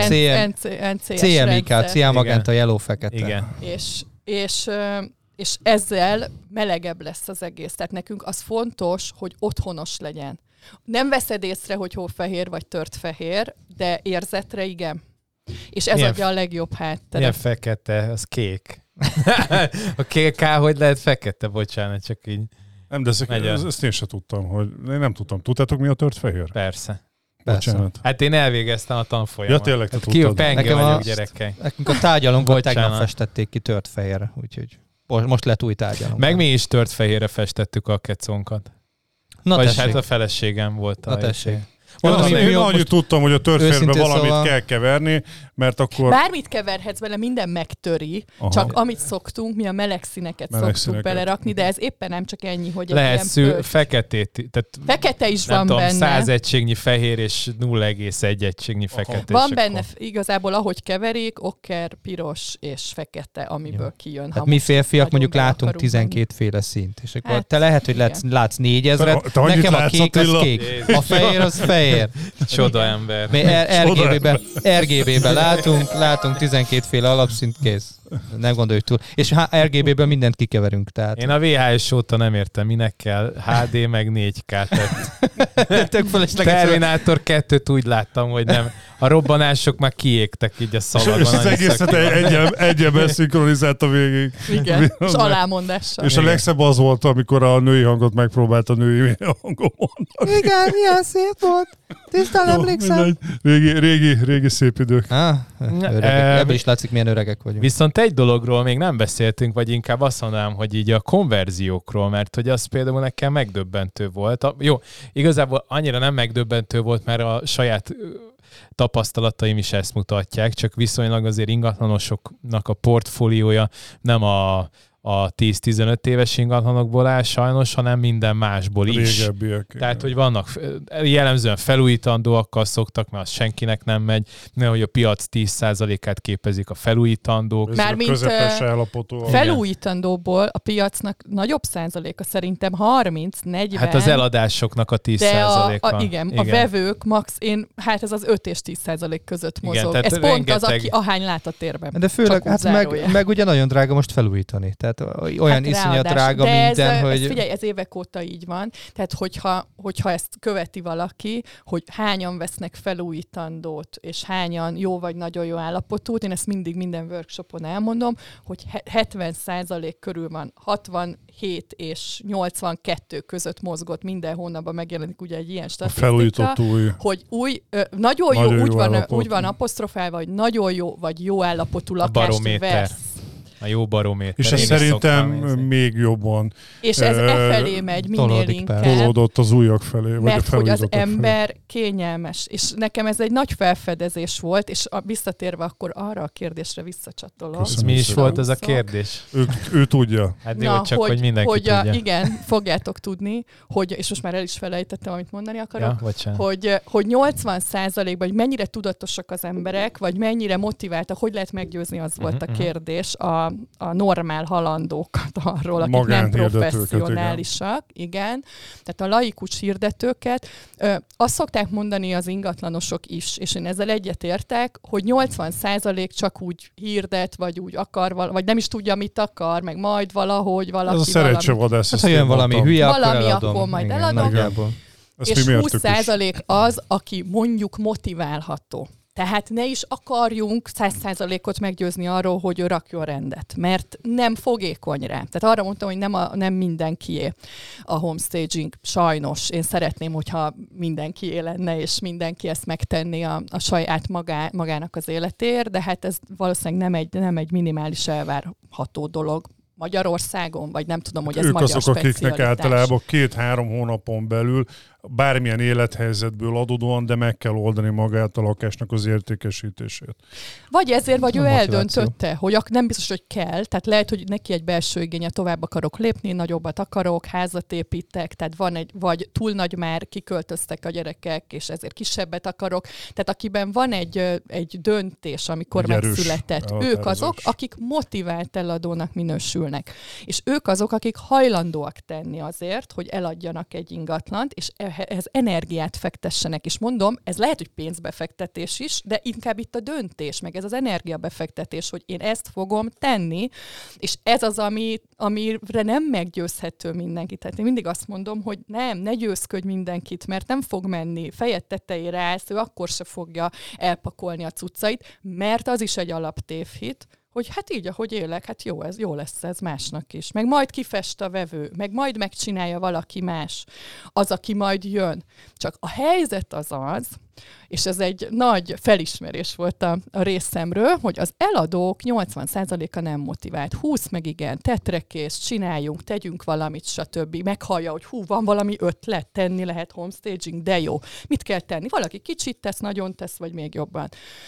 CMYK, ciámagenta, yellow, fekete. Igen. És ezzel melegebb lesz az egész. Tehát nekünk az fontos, hogy otthonos legyen. Nem veszed észre, hogy hófehér vagy tört fehér, de érzetre igen. És ez adja a legjobb hátteret. Milyen fekete? Az kék. A kék hogy lehet fekete? Bocsánat, csak így. Nem, de ezt én sem tudtam, hogy én nem tudtam. Tudtátok, mi a tört fehér? Persze. Bocsánat. Hát én elvégeztem a tanfolyamot. Ja, tényleg, te tudtad. Penge vagyok, gyerekek. Nekünk a tárgyalónkon tegnap festették ki tört fehérre, úgyhogy most lett új tárgyalónk. Meg mi is tört fehérre festettük a kecónkat. Vagyis hát a feleségem volt. Na tessék. Én annyit tudtam, hogy a törférbe valamit kell keverni, mert akkor... Bármit keverhetsz bele, minden megtöri, csak amit szoktunk, mi a meleg színeket szoktuk belerakni, de ez éppen nem csak ennyi, hogy lehet feketét, tehát fekete is van benne. 100 egységnyi fehér és 0,1 egységnyi fekete. Van benne igazából, ahogy keverik, okker, piros és fekete, amiből kijön. Hát mi férfiak mondjuk látunk 12 féle színt, és akkor te lehet, hogy látsz 4000-et, nekem a kék az kék, a fehér az fehér. Csoda ember. Mi RGB-ben látunk 12 féle alapszint, kész. Nem gondoljuk túl. És RGB-ből mindent kikeverünk. Tehát... Én a VHS óta nem értem, minek kell HD meg 4K. Terminátor 2-t úgy láttam, hogy nem. A robbanások már kiégtek így a szalagban. És az egészet egyenben szinkronizálta végig. Igen, és alámondással. És a legszebb az volt, amikor a női hangot megpróbált a női hangon mondani. Igen, milyen szép volt. Tisztán emlékszem. Régi szép idők. Ebből is látszik, milyen öregek vagyunk. Viszont egy dologról még nem beszéltünk, vagy inkább azt mondanám, hogy így a konverziókról, mert hogy az például nekem megdöbbentő volt. Jó, igazából annyira nem megdöbbentő volt, mert a saját tapasztalataim is ezt mutatják, csak viszonylag azért ingatlanosoknak a portfóliója nem a 10-15 éves ingatlanokból áll sajnos, hanem minden másból is. Régebbiek. Tehát, hogy vannak jellemzően felújítandóakkal szoktak, mert az senkinek nem megy, hogy a piac 10%-át képezik a felújítandók. Mármint felújítandóból a piacnak nagyobb százaléka szerintem 30-40. Hát az eladásoknak a 10%-a. Igen, a vevők max, ez az 5 és 10% között mozog. Igen, ez pont az, aki ahány lát a térben. De főleg, meg ugye nagyon drága most felújítani. Tehát olyan iszonyat drága minden, hogy... Figyelj, ez évek óta így van. Tehát, hogyha ezt követi valaki, hogy hányan vesznek felújítandót, és hányan jó vagy nagyon jó állapotút, én ezt mindig minden workshopon elmondom, hogy 70% körül van, 67 és 82 között mozgott, minden hónapban megjelenik ugye egy ilyen statisztika, felújított új. Hogy nagyon jó, úgy van apostrofálva, hogy nagyon jó vagy jó állapotú lakást vesz. A jó barométer. És ez szerintem még jobban és ez felé megy minél inkább. Tolódott az ujjak felé. Mert hogy az ember felé kényelmes. És nekem ez egy nagy felfedezés volt, és visszatérve akkor arra a kérdésre visszacsatolom. Mi is volt ez a kérdés? Ő tudja. Hát jó, csak hogy mindenki tudja. Igen, fogjátok tudni, hogy, és most már el is felejtettem, amit mondani akarok, hogy 80%-ban, hogy mennyire tudatosak az emberek, vagy mennyire motiváltak, hogy lehet meggyőzni, az volt a kérdés a normál halandókat arról, akik nem professzionálisak. Igen. Tehát a laikus hirdetőket. Azt szokták mondani az ingatlanosok is, és én ezzel egyetértek, hogy 80% csak úgy hirdet, vagy úgy akar, vagy nem is tudja, mit akar, meg majd valahogy valaki. Ez a szerencsevadász. Hát, ha jön valami hülye, akkor majd eladom. És 20% az, aki mondjuk motiválható. Tehát ne is akarjunk 100%-ot meggyőzni arról, hogy ő rakjon rendet, mert nem fogékony rá. Tehát arra mondtam, hogy nem mindenkié a homestaging. Sajnos én szeretném, hogyha mindenkié lenne, és mindenki ezt megtenni a saját magának az életéért, de hát ez valószínűleg nem egy minimális elvárható dolog Magyarországon, vagy nem tudom, hogy ez magyar specialitás. Ők azok, akiknek általában 2-3 hónapon belül bármilyen élethelyzetből adódóan, de meg kell oldani magát a lakásnak az értékesítését. Vagy ezért, vagy ő eldöntötte, hogy nem biztos, hogy kell, tehát lehet, hogy neki egy belső igénye, tovább akarok lépni, nagyobbat akarok, házat építek, tehát vagy túl nagy már kiköltöztek a gyerekek, és ezért kisebbet akarok. Tehát akiben van egy döntés, amikor megszületett, ők azok, akik motivált eladónak minősülnek. És ők azok, akik hajlandóak tenni azért, hogy eladjanak egy ingatlant, és ehhez energiát fektessenek. És mondom, ez lehet, hogy pénzbefektetés is, de inkább itt a döntés, meg ez az energiabefektetés, hogy én ezt fogom tenni, és ez az, amire nem meggyőzhető mindenki. Tehát én mindig azt mondom, hogy ne győzködj mindenkit, mert nem fog menni, fejed tetejére állsz, ő akkor se fogja elpakolni a cuccait, mert az is egy alaptévhit, hogy hát így, ahogy élek, hát jó lesz ez másnak is. Meg majd kifest a vevő, meg majd megcsinálja valaki más, az, aki majd jön. Csak a helyzet az, és ez egy nagy felismerés volt a részemről, hogy az eladók 80%-a nem motivált. 20 meg igen, tetrekész, csináljunk, tegyünk valamit, stb. Meghallja, hogy van valami ötlet, tenni lehet homestaging, de jó. Mit kell tenni? Valaki kicsit tesz, nagyon tesz, vagy még jobban.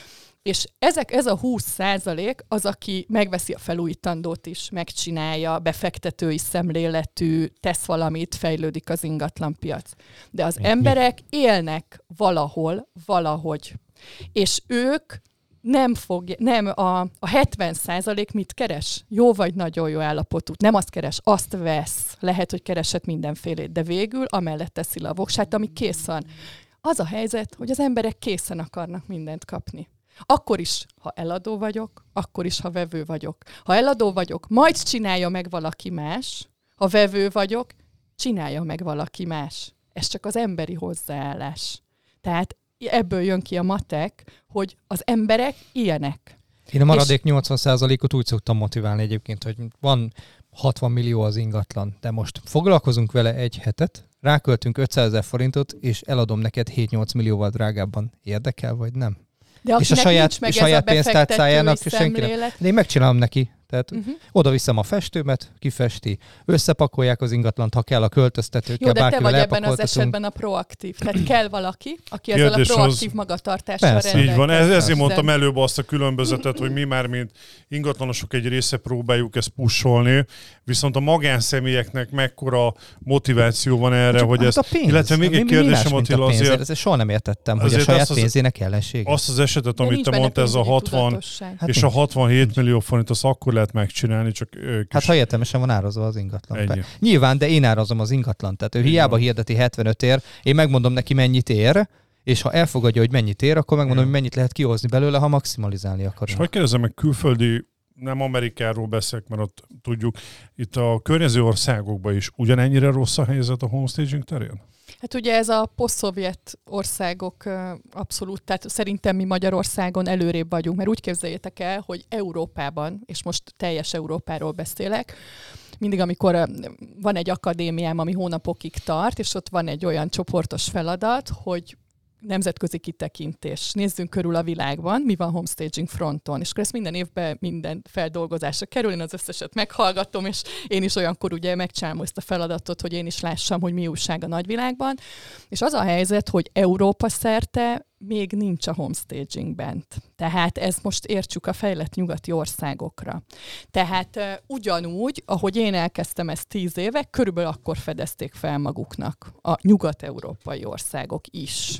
És ez a 20% az, aki megveszi a felújítandót is, megcsinálja, befektetői szemléletű, tesz valamit, fejlődik az ingatlanpiac. De az emberek élnek valahol, valahogy. És ők a 70% mit keres? Jó vagy nagyon jó állapotú. Nem azt keres, azt vesz. Lehet, hogy keresett mindenfélét, de végül amellett teszi le a voksát, ami kész van. Az a helyzet, hogy az emberek készen akarnak mindent kapni. Akkor is, ha eladó vagyok, akkor is, ha vevő vagyok. Ha eladó vagyok, majd csinálja meg valaki más. Ha vevő vagyok, csinálja meg valaki más. Ez csak az emberi hozzáállás. Tehát ebből jön ki a matek, hogy az emberek ilyenek. Én a maradék 80%-ot úgy szoktam motiválni egyébként, hogy van 60 millió az ingatlan, de most foglalkozunk vele egy hetet, ráköltünk 500 000 forintot, és eladom neked 7-8 millióval drágábban. Érdekel, vagy nem? De és a saját pénztárcájának senkinek. De én megcsinálom neki. Tehát oda viszem a festőmet, kifesti, összepakolják az ingatlant, ha kell a költöztetőkkel, bárkivel elpakoltatunk. Jó, de te vagy ebben az esetben a proaktív. Tehát kell valaki, aki ezzel a proaktív magatartással rendelkezik. Így van, ezért mondtam előbb azt a különbözetet, hogy mi már, mint ingatlanosok egy része próbáljuk ezt pusolni, viszont a magánszemélyeknek mekkora motiváció van erre, csak hogy ez... Illetve még egy kérdésem, Attila, azért... Ezt soha nem értettem, hogy a saját pénzének ellensége. Azt az esetet, amit te mondtál, ez a 60 és a 67 millió forint, az akkor lehet megcsinálni, csak... Hát ha értelmesen van árazva az ingatlan. Nyilván, de én árazom az ingatlan. Tehát ő hiába hirdeti 75 ér, én megmondom neki mennyit ér, és ha elfogadja, hogy mennyit ér, akkor megmondom, hogy mennyit lehet kihozni belőle, ha maximalizálni akarja. És hogy kérdezem meg, külföldi, nem Amerikáról beszélek, mert ott tudjuk, itt a környező országokban is ugyanennyire rossz a helyzet a homestaging terén? Hát ugye ez a posztszovjet országok abszolút, tehát szerintem mi Magyarországon előrébb vagyunk, mert úgy képzeljétek el, hogy Európában, és most teljes Európáról beszélek, mindig, amikor van egy akadémiám, ami hónapokig tart, és ott van egy olyan csoportos feladat, hogy nemzetközi kitekintés. Nézzünk körül a világban, mi van homestaging fronton, és akkor ezt minden évben minden feldolgozásra kerül, én az összeset meghallgatom, és én is olyankor ugye megcsinálom ezt a feladatot, hogy én is lássam, hogy mi újság a nagyvilágban. És az a helyzet, hogy Európa szerte még nincs a homestaging bent. Tehát ezt most értsük a fejlett nyugati országokra. Tehát ugyanúgy, ahogy én elkezdtem ezt 10 éve, körülbelül akkor fedezték fel maguknak a nyugat-európai országok is.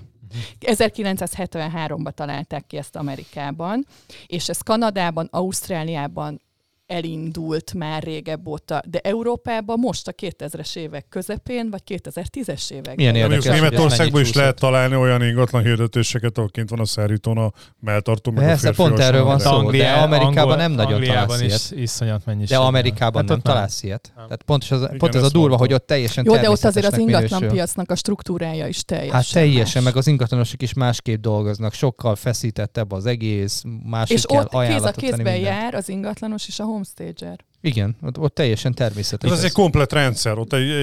1973-ban találták ki ezt Amerikában, és ez Kanadában, Ausztráliában elindult már régebb óta, de Európában most a 2000-es évek közepén, vagy 2010-es években. Milyen érdekes. Németországban is lehet találni olyan ingatlan hirdetéseket, ahol kint van a szerítón a melltartó, meg persze, a férfi. pont erről van szó, de Amerikában nem nagyon találsz ilyet. Iszonyat mennyiség. De Amerikában nem találsz ilyet. Tehát pont ez a durva, hogy ott teljesen természetesnek minősül. Jó, de ott azért az ingatlanpiacnak a struktúrája is teljesen Hát teljesen, meg az ingatlanosok is másképp dolgoznak, sokkal feszítettebb az egész, másik kell ajánlatot és ott kéz a kézben jár az ingatlanos és a homestager. Igen, ott teljesen természetes. Ez egy komplet rendszer,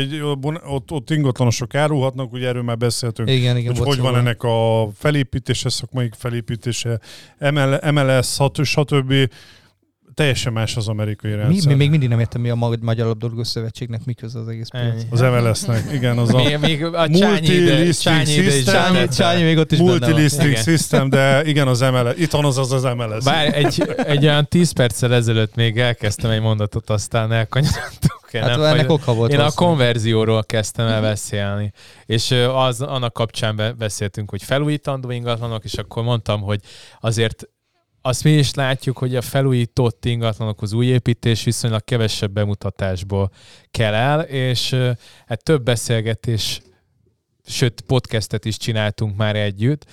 ott ingatlanosok árulhatnak, ugye erről már beszéltünk, igen, hogy van ennek a felépítése, szakmai felépítése, MLS, stb. Teljesen más az amerikai rendszer. Mi még mindig nem értem, mi a Magyar Labdarúgó Szövetségnek mi köze az egész piac. Az MLS-nek, igen, az a multi-listing system. Csányi még ott is multi-listing system, de igen, az MLS. Itt van az MLS. Bár egy olyan 10 perccel ezelőtt még elkezdtem egy mondatot, aztán elkanyarodtunk. Ennek oka volt. Én a konverzióról kezdtem el beszélni, és annak kapcsán beszéltünk, hogy felújítandó ingatlanok, és akkor mondtam, hogy azért azt mi is látjuk, hogy a felújított ingatlanokhoz új építés viszonylag kevesebb bemutatásból kell el, és hát több beszélgetés, sőt podcastet is csináltunk már együtt,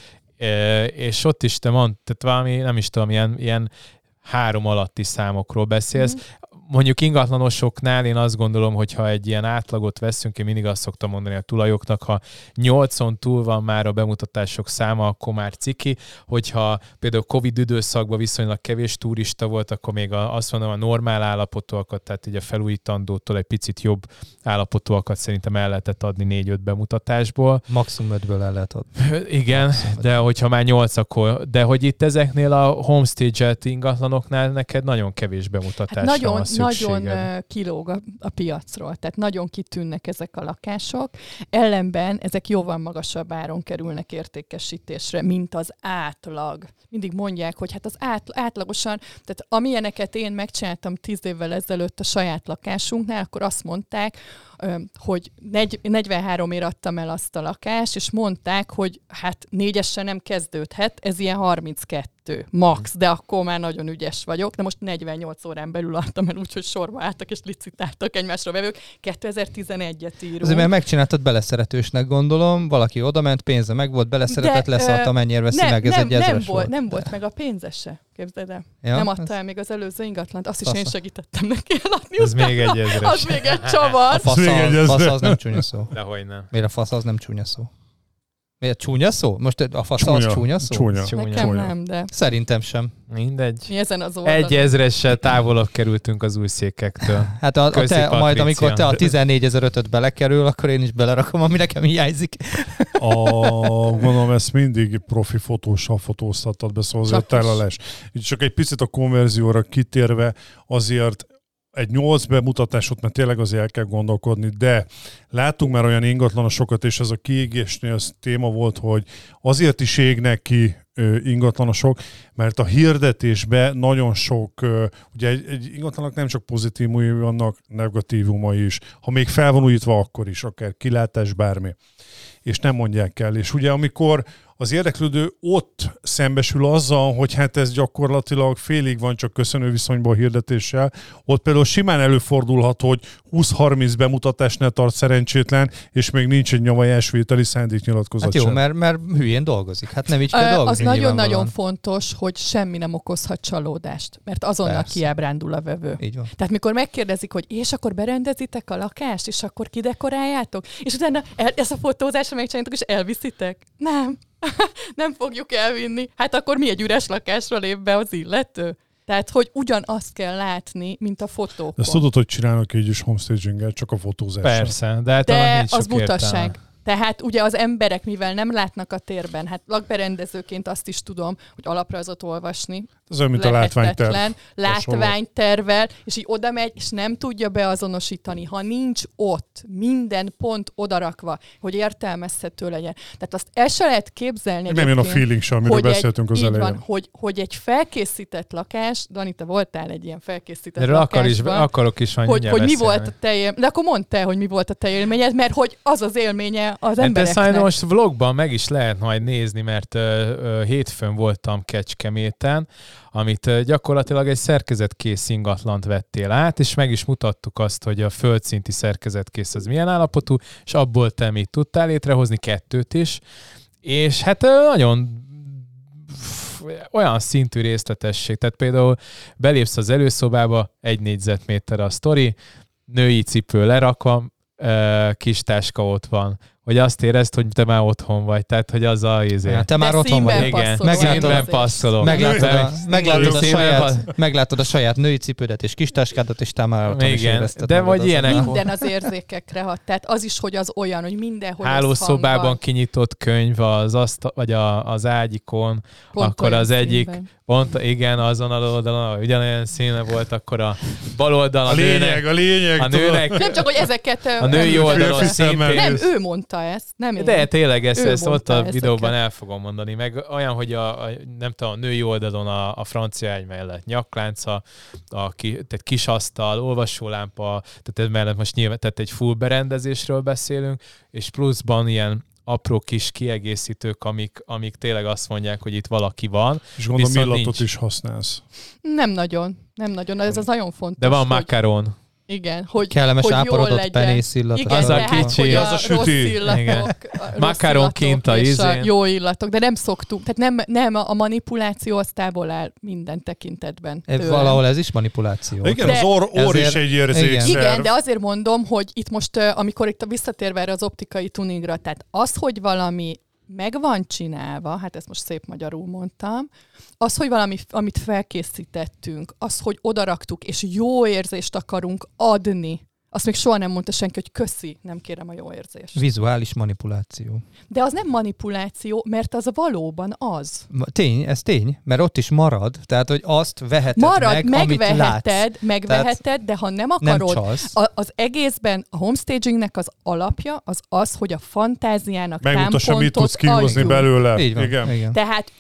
és ott is te mondtad valami, nem is tudom, ilyen 3 alatti számokról beszélsz. Mondjuk ingatlanosoknál én azt gondolom, hogy ha egy ilyen átlagot veszünk, én mindig azt szoktam mondani a tulajoknak, ha 8-on túl van már a bemutatások száma, akkor már ciki, hogyha például Covid időszakban viszonylag kevés turista volt, akkor még azt mondom, a normál állapotúakat, tehát így a felújítandótól egy picit jobb állapotúakat szerintem el lehetett adni 4-5 bemutatásból. Maximum 5-ből el lehet adni. Igen, de hogyha már 8, akkor... De hogy itt ezeknél a homestage-et ingatlanoknál neked nagyon kevés bemutatás van nagyon kilóg a piacról, tehát nagyon kitűnnek ezek a lakások. Ellenben ezek jóval magasabb áron kerülnek értékesítésre, mint az átlag. Mindig mondják, hogy hát az átlagosan, tehát amilyeneket én megcsináltam 10 évvel ezelőtt a saját lakásunknál, akkor azt mondták, hogy 43 ér adtam el azt a lakást, és mondták, hogy hát 4-essel nem kezdődhet, ez ilyen 32 max, de akkor már nagyon ügyes vagyok, de most 48 órán belül adtam el, úgyhogy sorba álltak és licitáltak egymásra vevők. 2011-et írunk. Azért mert megcsináltad beleszeretősnek, gondolom, valaki odament, pénze meg volt, beleszeretett, leszarta, mennyire veszi meg, ez egy ezres volt. Nem volt meg a pénze se. Képzeld el. Ja, nem adta el még az előző ingatlant, azt is én segítettem neki eladni. Ez még egy ezres. Az még egy csavar. A fasz az nem csúnya szó. Dehogy nem. Miért a fasz az nem csúnya szó? Miért csúnya szó? Most a fasz az csúnya szó? Nekem nem, de... Szerintem sem. Mindegy. Mi ezen az oldalon? 1 ezressel távolabb kerültünk az új székektől. Hát majd amikor te a 14.500-öt belekerül, akkor én is belerakom, ami nekem hiányzik. Gondolom, ezt mindig profi fotóssal fotóztattad be, szóval azért telelés. Csak egy picit a konverzióra kitérve, azért egy 8 bemutatásot, mert tényleg azért el kell gondolkodni, de láttunk már olyan ingatlanosokat, és ez a kiégésnél az téma volt, hogy azért is égnek ki ingatlanosok, mert a hirdetésben nagyon sok, ugye egy ingatlanak nem csak pozitívumai vannak, negatívumai is. Ha még fel van újítva, akkor is, akár kilátás, bármi. És nem mondják el. És ugye amikor az érdeklődő ott szembesül azzal, hogy hát ez gyakorlatilag félig van csak köszönő viszonyban a hirdetéssel, ott például simán előfordulhat, hogy 20-30 bemutatásnál tart szerencsétlen, és még nincs egy nyavajásvételi szándéknyilatkozat sem. Hát jó, mert hülyén dolgozik. Hát nem így kell dolgozni. Az nagyon-nagyon fontos, hogy semmi nem okozhat csalódást, mert azonnal kiábrándul a vevő. Így van. Tehát mikor megkérdezik, hogy és akkor berendezitek a lakást, és akkor kidekoráljátok, és utána ezt a fotózásra megcsináljátok, és elviszitek? Nem. Nem fogjuk elvinni. Hát akkor mi egy üres lakásra lép be az illető? Tehát, hogy ugyanazt kell látni, mint a fotókon. De ezt tudod, hogy csinálnak így is homestaginggel, csak a fotózással. Persze, de az butaság. Tehát ugye az emberek, mivel nem látnak a térben, hát lakberendezőként azt is tudom, hogy alaprajzot olvasni. Ez olyan, mint a látványtervvel, és így oda megy, és nem tudja beazonosítani, ha nincs ott minden pont odarakva, hogy értelmezhető legyen. Tehát azt el se lehet képzelni. Nem jön a feeling sem, amiről beszéltünk az elején. Van, hogy egy felkészített lakás, Dani, te voltál egy ilyen felkészített lakásban. Akarok is hogy mi volt a te élményed. De akkor mondd te, hogy mi volt a te élményed, mert hogy az az élménye az embereknek. De sajnos vlogban meg is lehet majd nézni, mert hétfőn voltam Kecskeméten, amit gyakorlatilag egy szerkezetkész ingatlant vettél át, és meg is mutattuk azt, hogy a földszinti szerkezetkész az milyen állapotú, és abból te mit tudtál létrehozni, 2 is, és hát nagyon olyan szintű részletesség, tehát például belépsz az előszobába, 1 négyzetméter a sztori, női cipő lerakva, kis táska ott van, hogy azt érezd, hogy te már otthon vagy, tehát hogy az a izé. Ja, te már otthon vagy. Igen, passzolok. Meglátod a saját női cipődet és kis táskádat, és te már otthon is érezted. De vagy ilyenek. Minden az érzékekre hat. Tehát az is, hogy az olyan, hogy mindenhol hálószobában kinyitott könyv vagy az ágyikon, pont akkor az egyik igen, azon az oldalon, ugyanolyan színe volt, akkor a bal oldalon a lényeg. Nem csak, hogy ezeket a női oldalon szintén. Nem, ő mondta ezt, nem én. De tényleg ezt ott a videóban el fogom mondani. Meg olyan, hogy nem tudom, a női oldalon a francia ágy mellett nyaklánca, tehát kis asztal, olvasólámpa, tehát ez mellett most nyilván tehát egy full berendezésről beszélünk, és pluszban ilyen apró kis kiegészítők, amik tényleg azt mondják, hogy itt valaki van. És gondolom illatot is használsz. Nem nagyon. Ez az nagyon fontos. De van makaron. Igen, hogy kellemes hogy áporodott penész illat. Igen, az a kicsi, az a süti. Makaron kint a izén. Jó illatok, de nem szoktuk. Tehát nem a manipuláció az távol áll minden tekintetben. Valahol ez is manipuláció. Igen, de az orr is egy érzékszer. Igen, de azért mondom, hogy itt most, amikor itt visszatérve erre az optikai tuningra, tehát az, hogy valami meg van csinálva, hát ezt most szép magyarul mondtam, az, hogy amit felkészítettünk, az, hogy odaraktuk, és jó érzést akarunk adni, azt még soha nem mondta senki, hogy köszi, nem kérem a jó érzést. Vizuális manipuláció. De az nem manipuláció, mert az valóban az. Ez tény, mert ott is marad, tehát, hogy azt veheted megveheted, de ha nem akarod, nem az egészben a homestagingnek az alapja az, hogy a fantáziának megmutassa, mit tudsz kihozni belőle. Így van. Igen. Tehát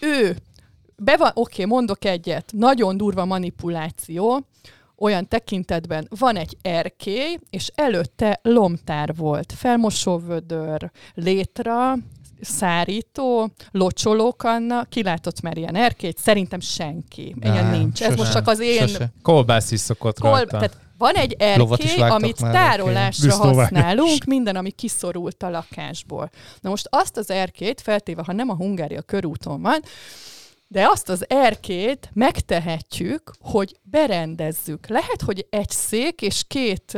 mondok egyet, nagyon durva manipuláció, olyan tekintetben van egy erkély, és előtte lomtár volt, felmosóvödör, létra, szárító, locsolókanna, ki látott már ilyen erkélyt? Szerintem senki. Ilyen nincs. Ez most csak az én... Kolbász is szokott rajta. Tehát van egy erkély, amit tárolásra használunk, minden, ami kiszorult a lakásból. Na most azt az erkélyt, feltéve, ha nem a Hungária körúton van, de azt az erkét megtehetjük, hogy berendezzük. Lehet, hogy egy szék és két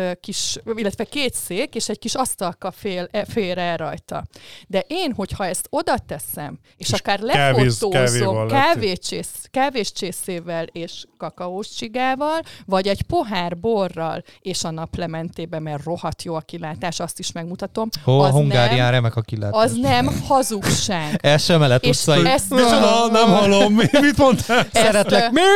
szék és egy kis asztalka fér el rajta. De én, hogyha ezt oda teszem, és akár lefotózom kávéscsészével és kakaós csigával, vagy egy pohár borral, és a naplementében, mert rohadt jó a kilátás, azt is megmutatom. A Hungárián remek a kilátás. Az nem hazugság. Elsemelet utcai. Nem hallom. Mit mondtál? Szeretlek mi?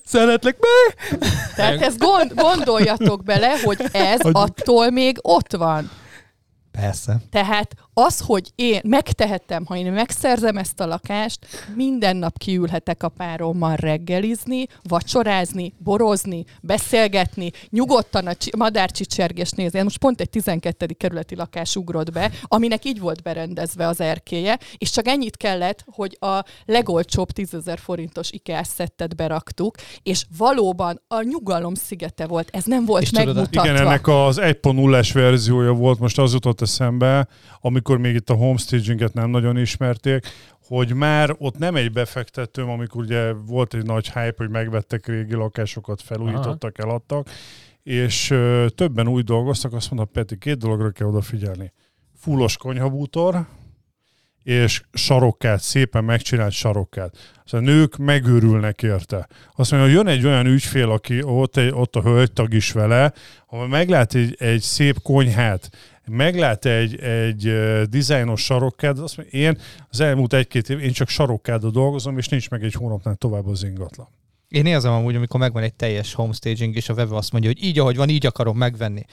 Tehát ezt gondoljatok bele, hogy ez attól még ott van. Persze. Tehát az, hogy én megtehetem, ha én megszerzem ezt a lakást, minden nap kiülhetek a párommal reggelizni, vacsorázni, borozni, beszélgetni, nyugodtan a madárcsicsergést nézni. Most pont egy 12. kerületi lakás ugrott be, aminek így volt berendezve az erkélye, és csak ennyit kellett, hogy a legolcsóbb 10 000 forintos IKEA szettet beraktuk, és valóban a nyugalom szigete volt. Ez nem volt és megmutatva. Igen, ennek az 1.0-es verziója volt, most az jutott eszembe, amikor még itt a homestaginget nem nagyon ismerték, hogy már ott nem egy befektetőm, amikor ugye volt egy nagy hype, hogy megvettek régi lakásokat, felújítottak, eladtak, és többen úgy dolgoztak, azt mondta, Peti, 2 dologra kell odafigyelni. Fullos konyhabútor, és sarokkát, szépen megcsinált sarokkát. A nők megőrülnek érte. Azt mondja, hogy jön egy olyan ügyfél, aki ott a hölgytag is vele, ha meglát egy szép konyhát, meglát egy dizájnos sarokkádat, azt mondja, én az elmúlt 1-2 év, én csak sarokkádat dolgozom, és nincs meg egy hónapnál tovább az ingatlan. Én érzem amúgy, amikor megvan egy teljes homestaging, és a vevő azt mondja, hogy így, ahogy van, így akarom megvenni.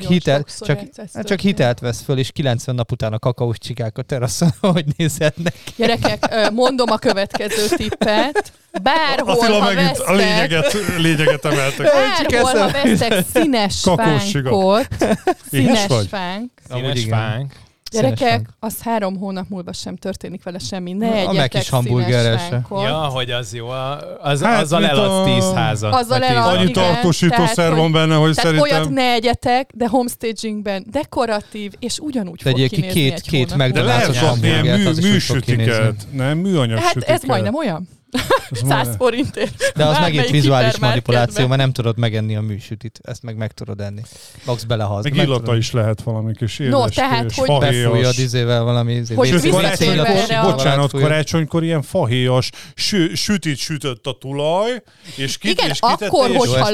Csak hitelt vesz föl, és 90 nap után a kakaós csigák a teraszon, hogy nézhetnek. Gyerekek, mondom a következő tippet. Bárhol, Attila ha megint vesztek, a lényeget emeltek. Bárhol, ha vesztek színes fánkot, színes fánk, gyerekek, az 3 hónap múlva sem történik vele semmi. Ne egyetek színes fánkot. Ja, hogy az jó. Azzal eladsz 10 házat. Azzal eladsz, annyi tartósítószer van benne, hogy szerintem... olyat ne egyetek, de homestagingben dekoratív, és ugyanúgy fog kinézni egy két hónap. De lehet kapni ilyen műsütiket, nem? Műanyag hát sütiket. ez majdnem olyan. 100 forintért. De az megint vizuális manipuláció, mert nem tudod megenni a műsütit. Ezt meg tudod enni. Magsz belehaz. Meg illata is lehet valami kis édes. No, tehát, hogy befújod izével valami... Bocsánat, karácsonykor ilyen fahéjas sütit sütött a tulaj, és igen, akkor, hogyha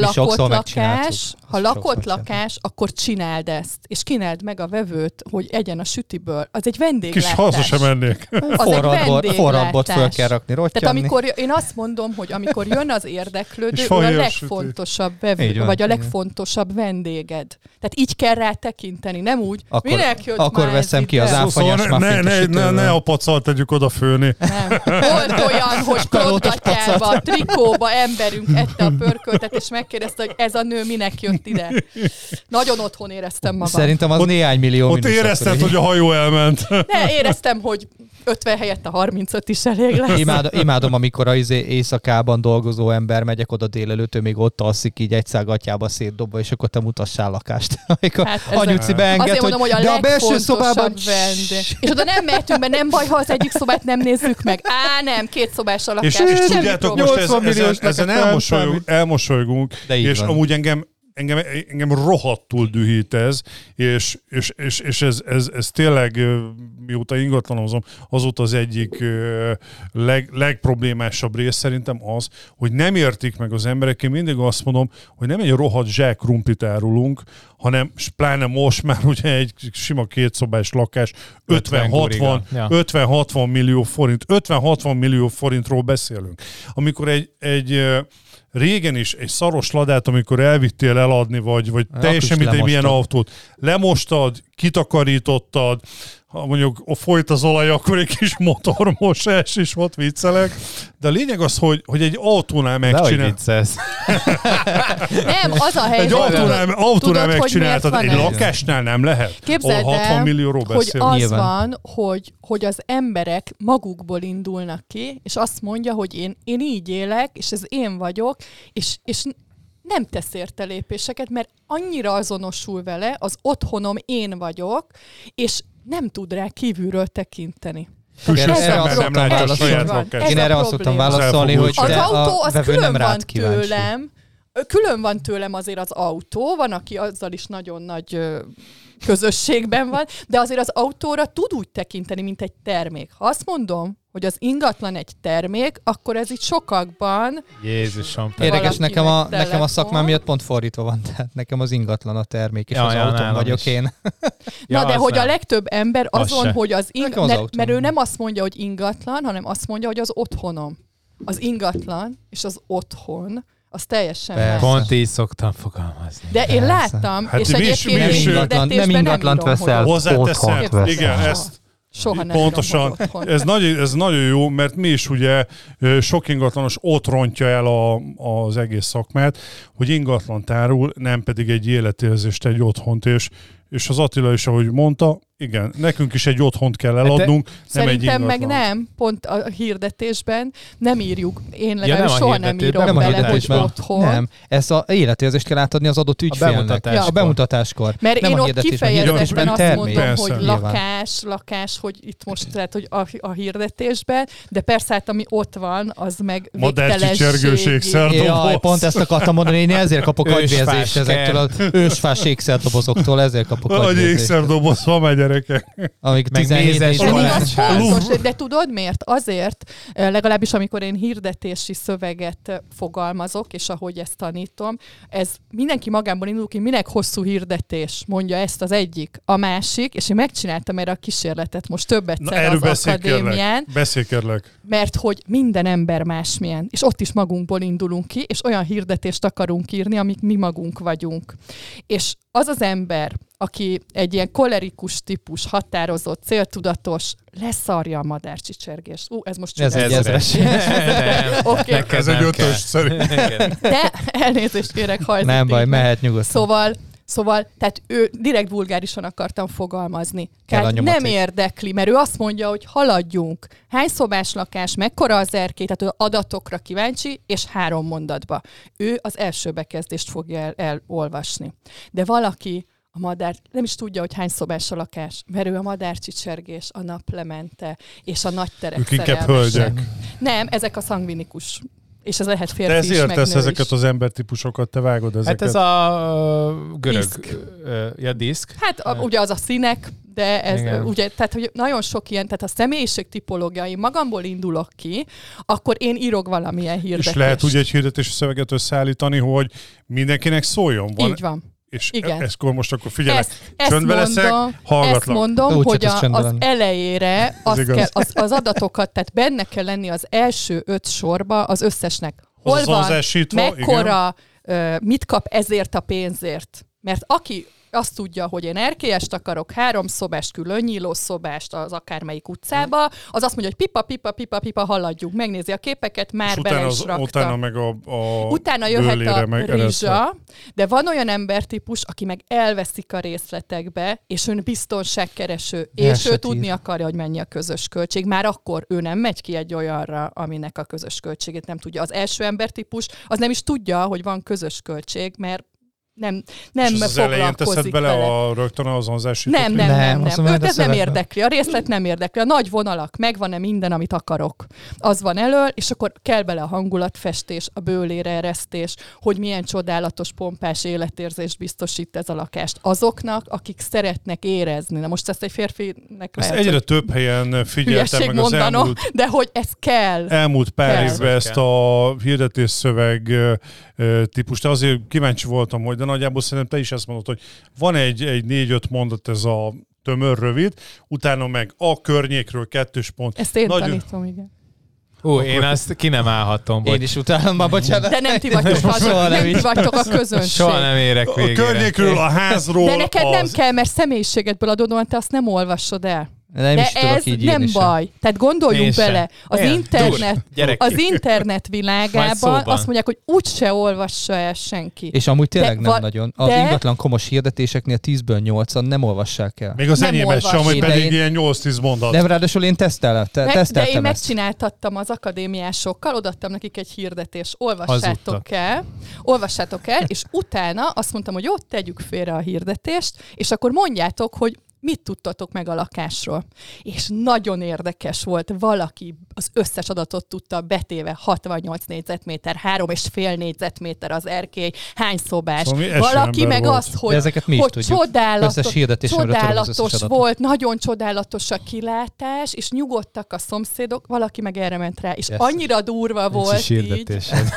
lakott lakás, akkor csináld ezt, és kínáld meg a vevőt, hogy egyen a sütiből. Az egy vendéglátás. Kis haza sem ennék. Forradbot föl kell rakni, rottyanni. Tehát amikor én azt mondom, hogy amikor jön az érdeklődő, ő a legfontosabb vevő, vagy a legfontosabb vendéged. Tehát így kell rá tekinteni, nem úgy, minek jött akkor már veszem ki az áfanyas ne a pacalt tegyük odafőni. Nem. Volt olyan, hogy protgatjálva, trikóba emberünk ette a pörköltet, és megkérdezte, hogy ez a nő minek jött ide. Nagyon otthon éreztem magam. Szerintem az néhány millió. Ott érezted, hogy a hajó elment. Ne, éreztem, hogy 50 helyett a 35 is elég lesz. Imádom, amikor az éjszakában dolgozó ember, megyek oda délelőtt, ő még ott alszik így egy szágatjába szétdobva, és akkor te mutassál lakást. Amikor anyuci beenged, azért mondom, hogy a legfontosabb vendég. És oda nem mehetünk be, nem baj, ha az egyik szobát nem nézzük meg. Nem, 2 szobás a lakás. És tudjátok, most ezen elmosolygunk, és amúgy engem rohadtul dühít ez, és ez tényleg, mióta ingatlanozom, azóta az egyik legproblémásabb rész szerintem az, hogy nem értik meg az emberek. Én mindig azt mondom, hogy nem egy rohadt zsák krumplit árulunk, hanem pláne most már ugye egy sima 2 szobás lakás 50-60 millió forint. 50-60 millió forintról beszélünk. Amikor egy régen is egy szaros ladát, amikor elvittél eladni, vagy teljesen mindegy milyen autót, lemostad, kitakarítottad, ha mondjuk folyt az olaj, akkor egy kis motormosás is volt, viccelek. De a lényeg az, hogy egy autónál megcsináltad. Nem, az a helyzet. Egy autónál megcsináltad, egy lakásnál nem lehet. Képzeld 60 millióról beszélünk. Hogy az van, hogy az emberek magukból indulnak ki, és azt mondja, hogy én így élek, és ez én vagyok, és nem tesz érte lépéseket, mert annyira azonosul vele, az otthonom én vagyok, és nem tud rá kívülről tekinteni. Én erre azt szoktam válaszolni, hogy az autó az külön van tőlem azért az autó, van, aki azzal is nagyon nagy közösségben van, de azért az autóra tud úgy tekinteni, mint egy termék. Ha azt mondom, hogy az ingatlan egy termék, akkor ez itt sokakban... Jézusom. Érdekes, nekem a szakmám miatt pont fordítva van, tehát nekem az ingatlan a termék, és az autóm vagyok is. Én. Na, de hogy a legtöbb ember azon, hogy az ingatlan... Mert ő nem azt mondja, hogy ingatlan, hanem azt mondja, hogy az otthonom. Az ingatlan és az otthon az teljesen más. Pont így szoktam fogalmazni. De én láttam, és egyébként nem ingatlant veszel, hozzáteszem. Igen, ezt soha nem pontosan. Ez nagyon jó, mert mi is ugye sok ingatlanos ott rontja el az egész szakmát, hogy ingatlant árul, nem pedig egy életérzést, egy otthont, és az Attila is, ahogy mondta, igen, nekünk is egy otthont kell eladnunk, nem egy ingatlan. Szerintem meg nem, pont a hirdetésben nem írjuk, én legalább soha nem írom bele, hogy otthon. Nem, ezt az életérzést kell átadni az adott ügyfélnek. A bemutatáskor. Mert én ott kifejezetten azt mondom, hogy lakás, hogy itt most, tehát, hogy a hirdetésben, de persze hát ami ott van, az meg végtelenségi. Pont ezt akartam mondani, én ezért kapok agyvérzést ezektől az ősfás ékszerdobozoktól, ezért kapok napok Vagy ékszerdoboz van már gyerekek. Amíg 17 fontos, de tudod miért? Azért, legalábbis amikor én hirdetési szöveget fogalmazok, és ahogy ezt tanítom, ez mindenki magából indul ki, minek hosszú hirdetés, mondja ezt az egyik, a másik, és én megcsináltam erre a kísérletet most többet az akadémián. Beszélj kérlek. Mert hogy minden ember másmilyen, és ott is magunkból indulunk ki, és olyan hirdetést akarunk írni, amik mi magunk vagyunk. És az az ember, aki egy ilyen kolerikus típus, határozott, céltudatos, leszarja a madárcsicsergést. Ez most ez egy ezres. Okay. Ez egy 5-ös szerint. De elnézést kérek, ha ez nem baj, mehet nyugodtan. Szóval, tehát ő direkt vulgárisan akartam fogalmazni. Nem érdekli, mert ő azt mondja, hogy haladjunk. Hány szobás lakás, mekkora az erkély, tehát adatokra kíváncsi, és 3 mondatba. Ő az első bekezdést fogja elolvasni. De valaki a madár nem is tudja, hogy hány szobás a lakás, mert ő a madárcsicsergés, a naplemente, és a nagy terek szerelmese. Nem, ezek a szangvinikus. És ez lehet férfi is, meg nő is. Te ezért ezeket az embertípusokat, te vágod ezeket. Hát ez a görög diszk. Hát ugye az a színek, de ez ugye, tehát hogy nagyon sok ilyen, tehát a személyiségtipológia, én magamból indulok ki, akkor én írok valamilyen hirdetést. És lehet ugye egy hirdetési szöveget összeállítani, hogy mindenkinek szóljon. Így van. És ezt most akkor figyelek, csöndbe leszek, hallgatlak. Ezt mondom, hogy az elejére az adatokat, tehát benne kell lenni az első 5 sorba az összesnek. Hol van, mekkora, mit kap ezért a pénzért. Mert aki azt tudja, hogy én erkélyest akarok, 3 szobás különnyíló szobást az akármelyik utcába, az azt mondja, hogy pipa, haladjunk, megnézi a képeket, már bele is rakta. Utána meg utána jöhet a rizsa, de van olyan embertípus, aki meg elveszik a részletekbe, és ön biztonságkereső, és ő tudni akarja, hogy mennyi a közös költség. Már akkor ő nem megy ki egy olyanra, aminek a közös költségét nem tudja. Az első embertípus az nem is tudja, hogy van közös költség, mert nem az elején teszed bele rögtön azon az első. Nem. Őt ez nem érdekli. A részlet nem érdekli. A nagy vonalak, megvan-e minden, amit akarok. Az van elől, és akkor kell bele a hangulatfestés, a bőlére eresztés, hogy milyen csodálatos, pompás életérzést biztosít ez a lakást azoknak, akik szeretnek érezni. Na most ezt egy férfinek lehet, egyre több helyen figyeltem meg az elmúlt... De hogy ez kell. Elmúlt pár évben ezt a hirdetésszöveg típust. Azért kíváncsi voltam, hogy de nagyjából szerintem te is ezt mondod, hogy van egy 4-5 mondat, ez a tömör, rövid, utána meg a környékről 2 pont. Ezt én tanítom, igen. Én azt ki nem állhatom. Én is utálom már, bocsánat. De nem ti vagytok a közönség. Soha nem érek végére. A környékről, a házról. De neked nem kell, mert személyiségedből adódóan te azt nem olvasod el. De ez nem baj. Tehát gondoljunk bele. Az internet világában azt mondják, hogy úgyse olvassa el senki. És amúgy tényleg nem nagyon. Az ingatlan komos hirdetéseknél 10-ből 8-an nem olvassák el. Még az enyémet sem, hogy pedig ilyen 8-10 mondat. Nem, ráadásul én teszteltem. De én megcsináltattam az akadémiásokkal, odaadtam nekik egy hirdetést. Olvassátok el, és utána azt mondtam, hogy jó, tegyük félre a hirdetést, és akkor mondjátok, hogy mit tudtatok meg a lakásról? És nagyon érdekes volt, valaki az összes adatot tudta betéve, 68 négyzetméter, 3,5 négyzetméter az erkély, hány szobás. Valaki meg volt. Azt, hogy csodálatos volt, nagyon csodálatos a kilátás, és nyugodtak a szomszédok, valaki meg erre ment rá. És annyira durva volt így,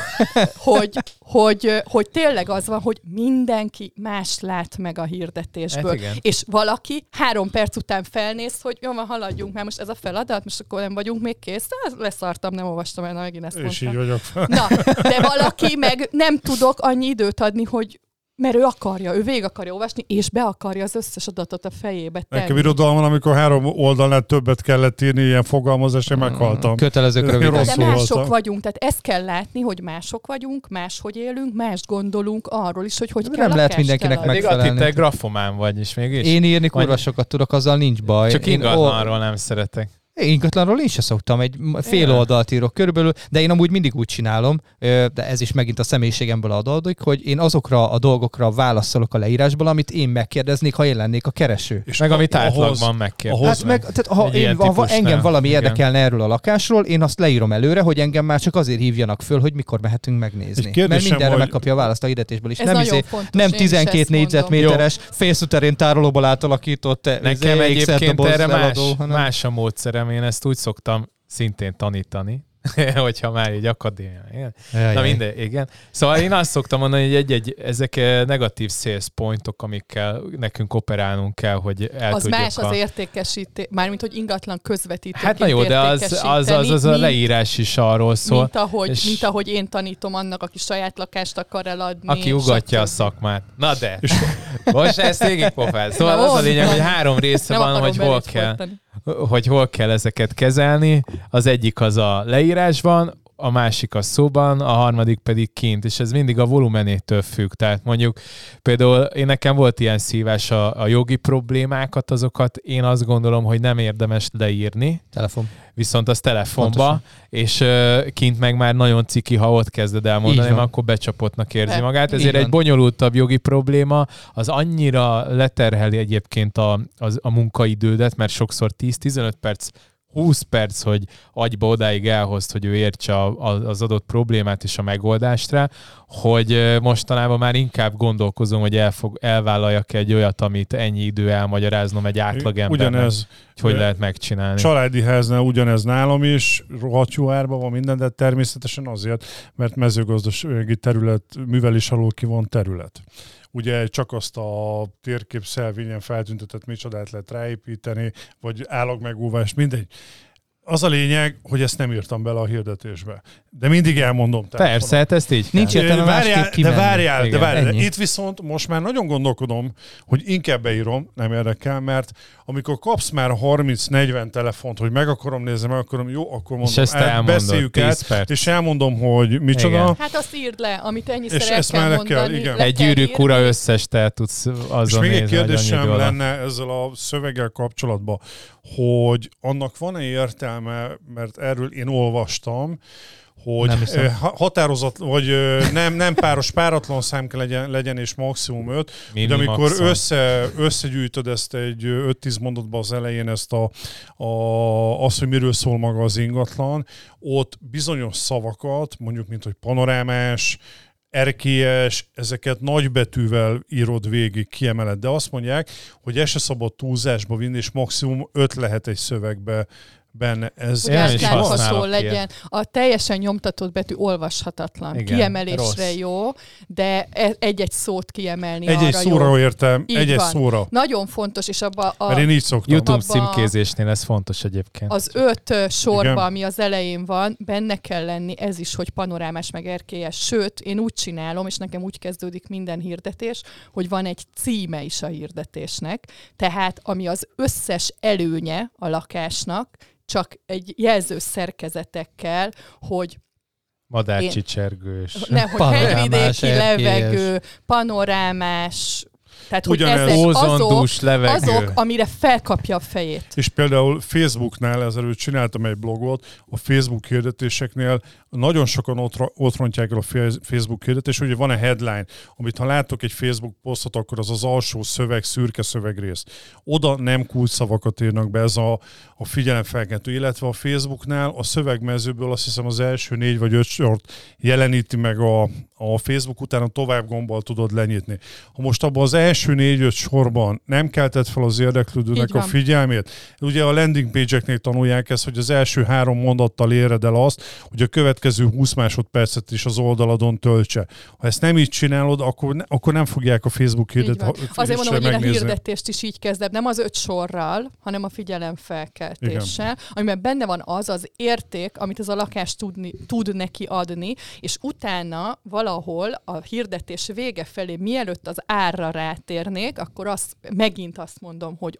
hogy tényleg az van, hogy mindenki más lát meg a hirdetésből. És valaki 3 perc után felnéz, hogy jó, van, haladjunk, mert most ez a feladat, most akkor nem vagyunk még kész. Leszartam, nem olvastam el, megint ezt mondtam. És így vagyok. Na, de valaki meg nem tudok annyi időt adni, hogy mert ő akarja, ő végig akarja olvasni, és be akarja az összes adatot a fejébe tenni. Nekem irodalman, amikor 3 oldalnál többet kellett írni, ilyen fogalmazás, én meghaltam. Kötelezők röviden. De mások vagyunk, tehát ezt kell látni, hogy mások vagyunk, máshogy élünk, mást gondolunk arról is, hogy kell nem lehet mindenkinek megfelelni. Te grafomán vagy is mégis. Én írni kurva sokat tudok, azzal nincs baj. Csak ingatlanról nem szeretek. Ingatlanról én se szoktam, egy fél oldalt írok körülbelül, de én amúgy mindig úgy csinálom, de ez is megint a személyiségemből adódik, hogy én azokra a dolgokra válaszolok a leírásból, amit én megkérdeznék, ha én lennék a kereső. És meg amit átlagban megkérdeznek. Ha engem valami érdekelne erről a lakásról, én azt leírom előre, hogy engem már csak azért hívjanak föl, hogy mikor mehetünk megnézni. Mert mindenre megkapja a választ a hirdetésből is. Nem 12 négyzetméteres félszuterén tárolóból átalakított. Nekem egyébként erre más a módszerem. Én ezt úgy szoktam szintén tanítani, hogyha már így akadémián. Na mindegy, igen. Szóval én azt szoktam mondani, hogy ezek negatív sales pointok, amikkel nekünk operálnunk kell, hogy el az tudjuk. Az más az értékesítés, mármint, hogy ingatlan közvetítőként hát na jó, de az a leírás is arról szól. Mint ahogy én tanítom annak, aki saját lakást akar eladni. Aki ugatja a szakmát. Na de, most ezt végigpofáz. Szóval az a lényeg, hogy 3 része van, hogy hol kell ezeket kezelni. Az egyik az a leírásban, a másik a szóban, a harmadik pedig kint, és ez mindig a volumenétől függ. Tehát mondjuk például nekem volt ilyen szívás a jogi problémákat, azokat én azt gondolom, hogy nem érdemes leírni. Telefon. Viszont az telefonba, és kint meg már nagyon ciki, ha ott kezded el mondani, akkor becsapottnak érzi magát. Ezért egy bonyolultabb jogi probléma, az annyira leterheli egyébként a munkaidődet, mert sokszor 10-15 perc 20 perc, hogy agyba odáig elhozt, hogy ő értse az adott problémát és a megoldást rá, hogy mostanában már inkább gondolkozom, hogy elvállaljak egy olyat, amit ennyi idő elmagyaráznom egy átlagembernek, hogy lehet megcsinálni. Családi háznál ugyanez nálam is, rohadt jó árban van minden, de természetesen azért, mert mezőgazdasági terület, művelés alól kivont terület. Ugye csak azt a térképszelvényen feltüntetett micsodát lehet ráépíteni, vagy állagmegóvás, mindegy. Az a lényeg, hogy ezt nem írtam bele a hirdetésbe. De mindig elmondom. Persze, hát ezt így nincs értelme másképp kimenni. De várjál. Itt viszont most már nagyon gondolkodom, hogy inkább beírom, nem érdekel, mert amikor kapsz már 30-40 telefont, hogy meg akarom nézni, jó, akkor mondom, beszéljük át, és elmondom, hogy micsoda. Igen. Hát azt írd le, amit ennyiszer el kell mondani. Egy gyűrűk ura összes te tudsz azon nézni. És még egy kérdésem lenne ezzel a szöveggel kapcsolatban, hogy annak van-e értelme, mert erről én olvastam, hogy határozat, vagy nem páros, páratlan szám kell legyen és maximum 5, de amikor összegyűjtöd ezt egy 5-10 mondatban az elején azt, hogy miről szól maga az ingatlan, ott bizonyos szavakat, mondjuk mint hogy panorámás, erkélyes, ezeket nagybetűvel írod végig, kiemeled, de azt mondják, hogy ez se szabad túlzásba vinni, és maximum 5 lehet egy szövegbe benne. Ez átlátható legyen. A teljesen nyomtatott betű olvashatatlan. Igen, kiemelésre rossz. Jó, de egy-egy szót kiemelni egy-egy arra szóra jó. Értem, egy-egy szóra. Nagyon fontos, és abban mert én így szoktam. YouTube címkézésnél ez fontos egyébként. Az 5 sorban, ami az elején van, benne kell lenni ez is, hogy panorámás meg erkélyes. Sőt, én úgy csinálom, és nekem úgy kezdődik minden hirdetés, hogy van egy címe is a hirdetésnek. Tehát, ami az összes előnye a lakásnak, csak egy jelző szerkezetekkel, hogy madárcsicsergős, hogy hegyvidéki levegő, panorámás, tehát, hogy ezek azok, amire felkapja a fejét. És például Facebooknál, ezelőtt csináltam egy blogot, a Facebook hirdetéseknél nagyon sokan ott rontják el a Facebook hirdetés, hogy van egy headline, amit ha látok egy Facebook posztot, akkor az alsó szöveg, szürke szövegrész. Oda nem kulcsszavakat írnak be, ez a figyelemfelkeltő, illetve a Facebooknál a szövegmezőből azt hiszem az első 4 vagy 5 sort jeleníti meg a Facebook, utána tovább gombbal tudod lenyitni. Ha most abban az első 4-5 sorban nem keltett fel az érdeklődőnek a figyelmét, ugye a landing page-eknél tanulják ezt, hogy az első 3 mondattal éred el azt, hogy a következő 20 másodpercet is az oldaladon töltse. Ha ezt nem így csinálod, akkor nem fogják a Facebook hirdetést azért mondom, hogy én a hirdetést is így kezdem, nem az 5 sorral, hanem a figyelemfelkeltéssel, amiben benne van az érték, amit ez a lakás tud neki adni, és utána valahol a hirdetés vége felé, mielőtt az árra rátérnék, akkor megint azt mondom, hogy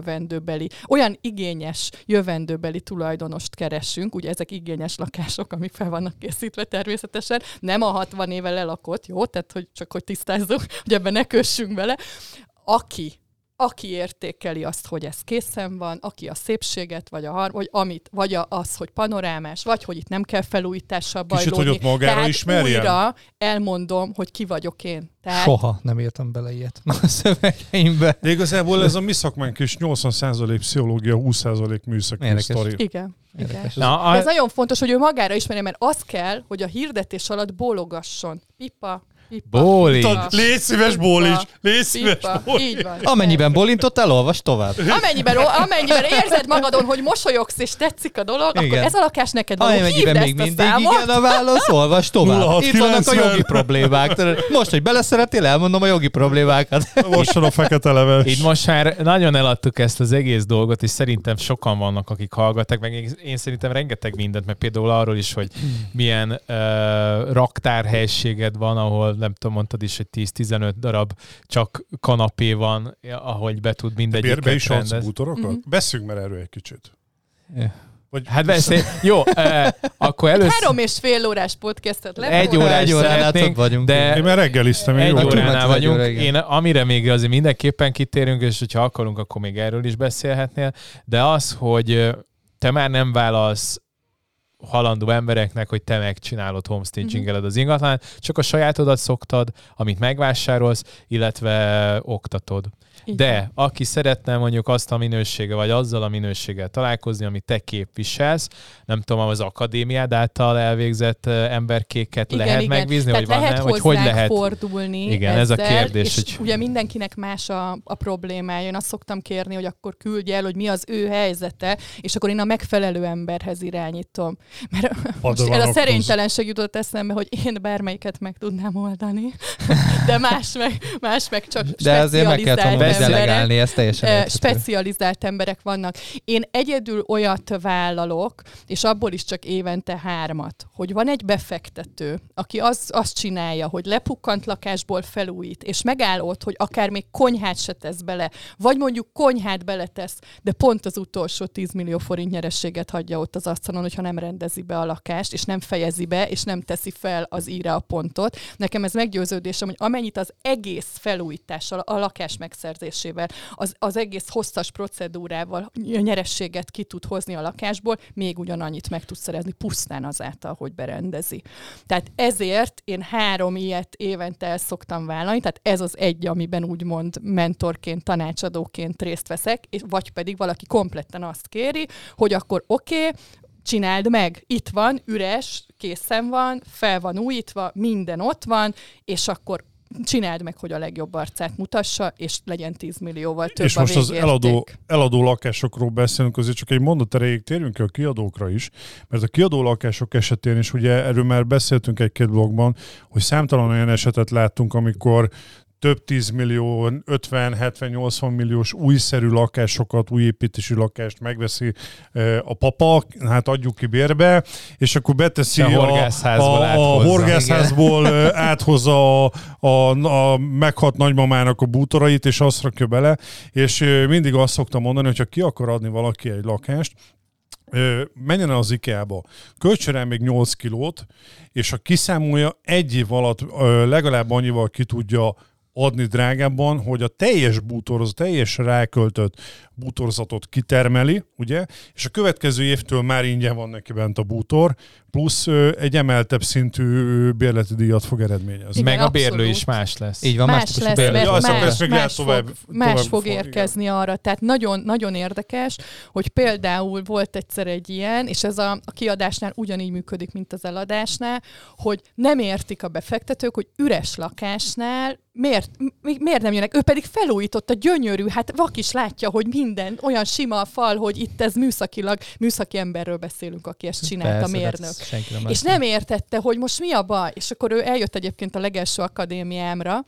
olyan igényes jövendőbeli tulajdonost keresünk, ugye ezek igényes lakások, amik fel vannak készítve természetesen, nem a 60 éve lelakott, jó? Tehát, hogy tisztázzuk, hogy ebben ne kössünk bele. Aki aki értékeli azt, hogy ez készen van, aki a szépséget, vagy az, hogy panorámás, vagy hogy itt nem kell felújítással bajlódni. Kicsit, hogy ott magára tehát ismerjen? újra elmondom, hogy ki vagyok én. Tehát... Soha nem írtam bele ilyet a szövegeimbe. De igazából ez a mi szakmánk is 80% pszichológia, 20% műszaki sztori. Igen. Ez nagyon fontos, hogy ő magára ismerje, mert az kell, hogy a hirdetés alatt bólogasson. Pipa. Bólint. Légy szíves, bólíts! Légy szíves, Így van. Amennyiben bólintottál, olvasd tovább. Amennyiben érzed magadon, hogy mosolyogsz és tetszik a dolog, igen. Akkor ez a lakás neked való. Amennyiben még mindig igen a válasz, olvasd tovább. Itt vannak a jogi problémák. Most, hogy beleszerettél, elmondom a jogi problémákat. Mostan a fekete leves. Így most már nagyon eladtuk ezt az egész dolgot, és szerintem sokan vannak, akik hallgatnak, meg én szerintem rengeteg mindent, meg például arról is, hogy milyen raktárhelységed van, ahol nem tudom, mondtad is, hogy 10-15 darab csak kanapé van, ahogy be tud mindegyiket rendezni. Bérbe is adsz bútorokat? Beszéljünk már erről egy kicsit. Yeah. Hát beszél. Jó, akkor először... 3,5 órás podcastot le. 1 órás szeretnénk, vagyunk. De én már reggeliztem. 1 óránál vagyunk. Én amire még azért mindenképpen kitérünk, és hogyha akarunk, akkor még erről is beszélhetnél, de az, hogy te már nem válasz halandó embereknek, hogy te megcsinálod homestagingeled az ingatlanát, csak a sajátodat szoktad, amit megvásárolsz, illetve oktatod. De aki szeretne mondjuk azt a minősége, vagy azzal a minőséggel találkozni, amit te képviselsz, nem tudom, az akadémiád által elvégzett emberkéket lehet megbízni, vagy van lehet hogy lehet fordulni. Igen, ezzel, ez a kérdés. És hogy... ugye mindenkinek más a problémája. Én azt szoktam kérni, hogy akkor küldje el, hogy mi az ő helyzete, és akkor én a megfelelő emberhez irányítom. Mert most el a szerénytelenség jutott eszembe, hogy én bármelyiket meg tudnám oldani, de más meg csak specializált delegálni, ez teljesen specializált emberek vannak. Én egyedül olyat vállalok, és abból is csak évente 3, hogy van egy befektető, aki azt csinálja, hogy lepukkant lakásból felújít, és megáll ott, hogy akár még konyhát se tesz bele, vagy mondjuk konyhát beletesz, de pont az utolsó 10 millió forint nyerességet hagyja ott az asztalon, hogyha nem rendezi be a lakást, és nem fejezi be, és nem teszi fel az íre a pontot. Nekem ez meggyőződésem, hogy amennyit az egész felújítással, a lakás megszerzésével, az egész hosszas procedúrával nyerességet ki tud hozni a lakásból, még ugyanannyit meg tud szerezni pusztán azáltal, hogy berendezi. Tehát ezért én 3 ilyet évente el szoktam vállalni, tehát ez az egy, amiben úgymond mentorként, tanácsadóként részt veszek, vagy pedig valaki kompletten azt kéri, hogy akkor oké, csináld meg, itt van, üres, készen van, fel van újítva, minden ott van, és akkor csináld meg, hogy a legjobb arcát mutassa, és legyen 10 millióval több és a végérték. És most az eladó lakásokról beszélünk, azért csak egy mondat erejéig térjünk ki a kiadókra is, mert a kiadó lakások esetén is, ugye erről már beszéltünk egy-két blogban, hogy számtalan olyan esetet láttunk, amikor több 10 millió, 50, 70, 80 milliós újszerű lakásokat, új építésű lakást megveszi a papa, hát adjuk ki bérbe, és akkor beteszi a horgászházból áthozza a meghalt nagymamának a bútorait, és azt rakja bele, és mindig azt szoktam mondani, hogyha ki akar adni valaki egy lakást, menjen el az IKEA-ba, költsön el még 8 kilót, és ha kiszámolja, 1 év alatt legalább annyival ki tudja adni drágábban, hogy a teljes bútorhoz, teljes ráköltött bútorzatot kitermeli, ugye, és a következő évtől már ingyen van neki bent a bútor, plusz egy emeltebb szintű bérleti díjat fog eredményezni. Igen, meg a bérlő is más lesz. Így van, más lesz, más fog érkezni igen. arra. Tehát nagyon, nagyon érdekes, hogy például volt egyszer egy ilyen, és ez a kiadásnál ugyanígy működik, mint az eladásnál, hogy nem értik a befektetők, hogy üres lakásnál miért nem jönnek? Ő pedig felújította, gyönyörű, hát vak is látja, hogy minden olyan sima a fal, hogy itt ez műszaki emberről beszélünk, aki ezt csinált, a mérnök. És nem értette, hogy most mi a baj. És akkor ő eljött egyébként a legelső akadémiámra,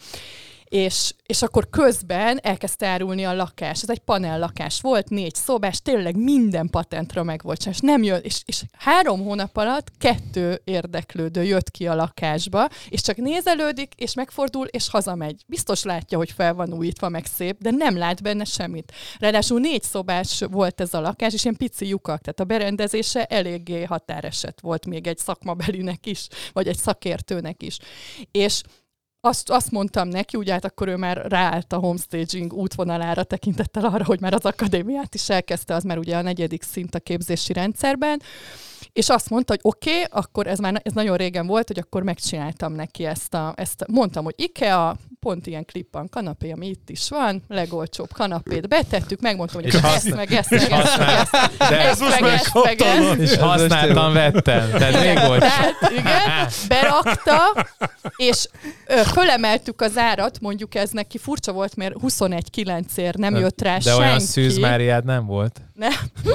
és akkor közben elkezdte árulni a lakás. Ez egy panel lakás volt, 4 szobás, tényleg minden patentra meg volt. És nem jött, és 3 hónap alatt 2 érdeklődő jött ki a lakásba, és csak nézelődik, és megfordul, és hazamegy. Biztos látja, hogy fel van újítva, meg szép, de nem lát benne semmit. Ráadásul 4 szobás volt ez a lakás, és ilyen pici lyukak, tehát a berendezése eléggé határeset volt még egy szakmabelinek is, vagy egy szakértőnek is. És azt mondtam neki, ugye hát akkor ő már ráállt a homestaging útvonalára tekintettel arra, hogy már az akadémiát is elkezdte, az már ugye a 4. szint a képzési rendszerben, és azt mondta, hogy oké, akkor ez nagyon régen volt, hogy akkor megcsináltam neki ezt mondtam, hogy IKEA, pont ilyen klippan kanapé, ami itt is van, legolcsóbb kanapét betettük, megmondtam, hogy ezt meg ezt. És használtam, vettem. Tehát még volt. Igen, berakta, és fölemeltük az árat, mondjuk ez neki furcsa volt, mert 21,9-ért nem jött rá de senki. De olyan Szűz Máriád nem volt. Nem.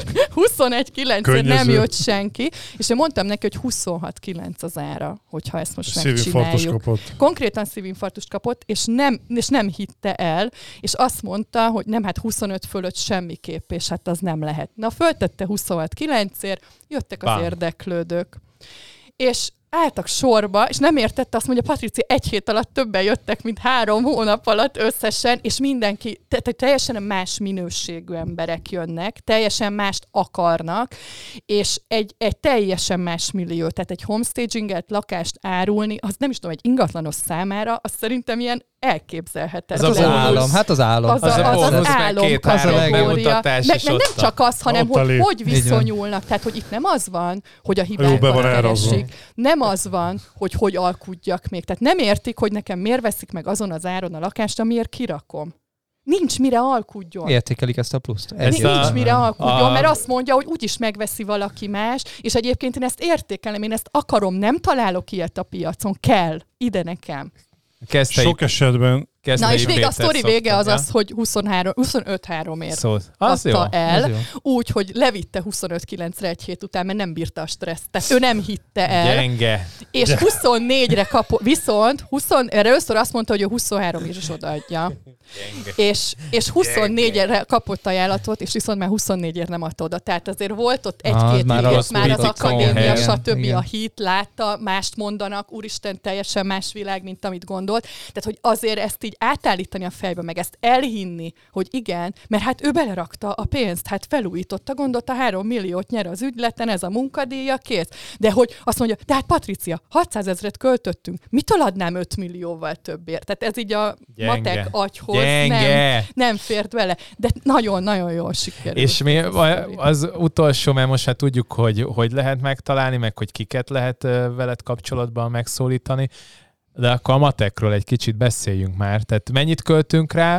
21,9-ért nem jött senki, és én mondtam neki, hogy 26,9 az ára, hogyha ezt most megcsináljuk. Konkrétan szívinfarktust kapott, és nem hitte el, és azt mondta, hogy nem, hát 25 fölött semmiképp, és hát az nem lehet. Na, föltette 26,9-ért, jöttek az érdeklődők. És álltak sorba, és nem értette, azt mondja, Patricia, 1 hét alatt többen jöttek, mint 3 hónap alatt összesen, és mindenki, teljesen más minőségű emberek jönnek, teljesen mást akarnak, és egy teljesen más millió, tehát egy homestaginget, lakást árulni, az nem is tudom, egy ingatlanos számára, az szerintem ilyen elképzelhetetlen. Az állam, hát az állam. Az állam kategória. Meg nem csak az, hanem hogy viszonyulnak. Tehát, hogy itt nem az van, hogy a hibákat keresik. Nem az van, hogy alkudjak még. Tehát nem értik, hogy nekem miért veszik meg azon az áron a lakást, amiért kirakom. Nincs mire alkudjon. Értékelik ezt a pluszt. Nincs mire alkudjon, mert azt mondja, hogy úgyis megveszi valaki más, és egyébként én ezt értékelem, én ezt akarom, nem találok ilyet a piacon. Kell. Ide nekem. Sok esetben... Na és még a sztori vége az, hogy 25-3-ért adta el, úgy, hogy levitte 25-9-re 1 hét után, mert nem bírta a stresszt. Tehát ő nem hitte el. Gyenge. És 24-re kapott, viszont először azt mondta, hogy ő 23 is odaadja. És 24-re kapott ajánlatot, és viszont már 24-ért nem adta oda. Tehát azért volt ott 1-2 hét már az akadémia, stb. A hit látta, mást mondanak, úristen, teljesen más világ, mint amit gondolt. Tehát, hogy azért ezt így átállítani a fejbe, meg ezt elhinni, hogy igen, mert hát ő belerakta a pénzt, hát felújította, gondolta, 3 milliót nyer az ügyleten, ez a munkadíja, kész. De hogy azt mondja, de hát Patricia, 600 000 költöttünk, mitől adnám 5 millióval többért? Tehát ez így a matek agyhoz nem fért vele, de nagyon-nagyon jól sikerült. És mi az utolsó, mert most hát tudjuk, hogy lehet megtalálni, meg hogy kiket lehet veled kapcsolatban megszólítani, de akkor a matekről egy kicsit beszéljünk már. Tehát mennyit költünk rá,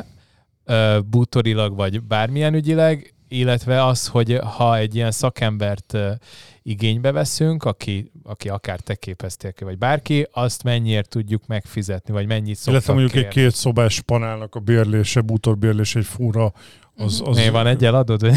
bútorilag vagy bármilyen ügyileg, illetve az, hogy ha egy ilyen szakembert igénybe veszünk, aki akár te képeztél ki, vagy bárki, azt mennyiért tudjuk megfizetni, vagy mennyit szoktak illetve mondjuk kérni. Egy 2 szobás panelnak a bérlése, bútorbérlése egy fúra, az... Mi van, egy eladod?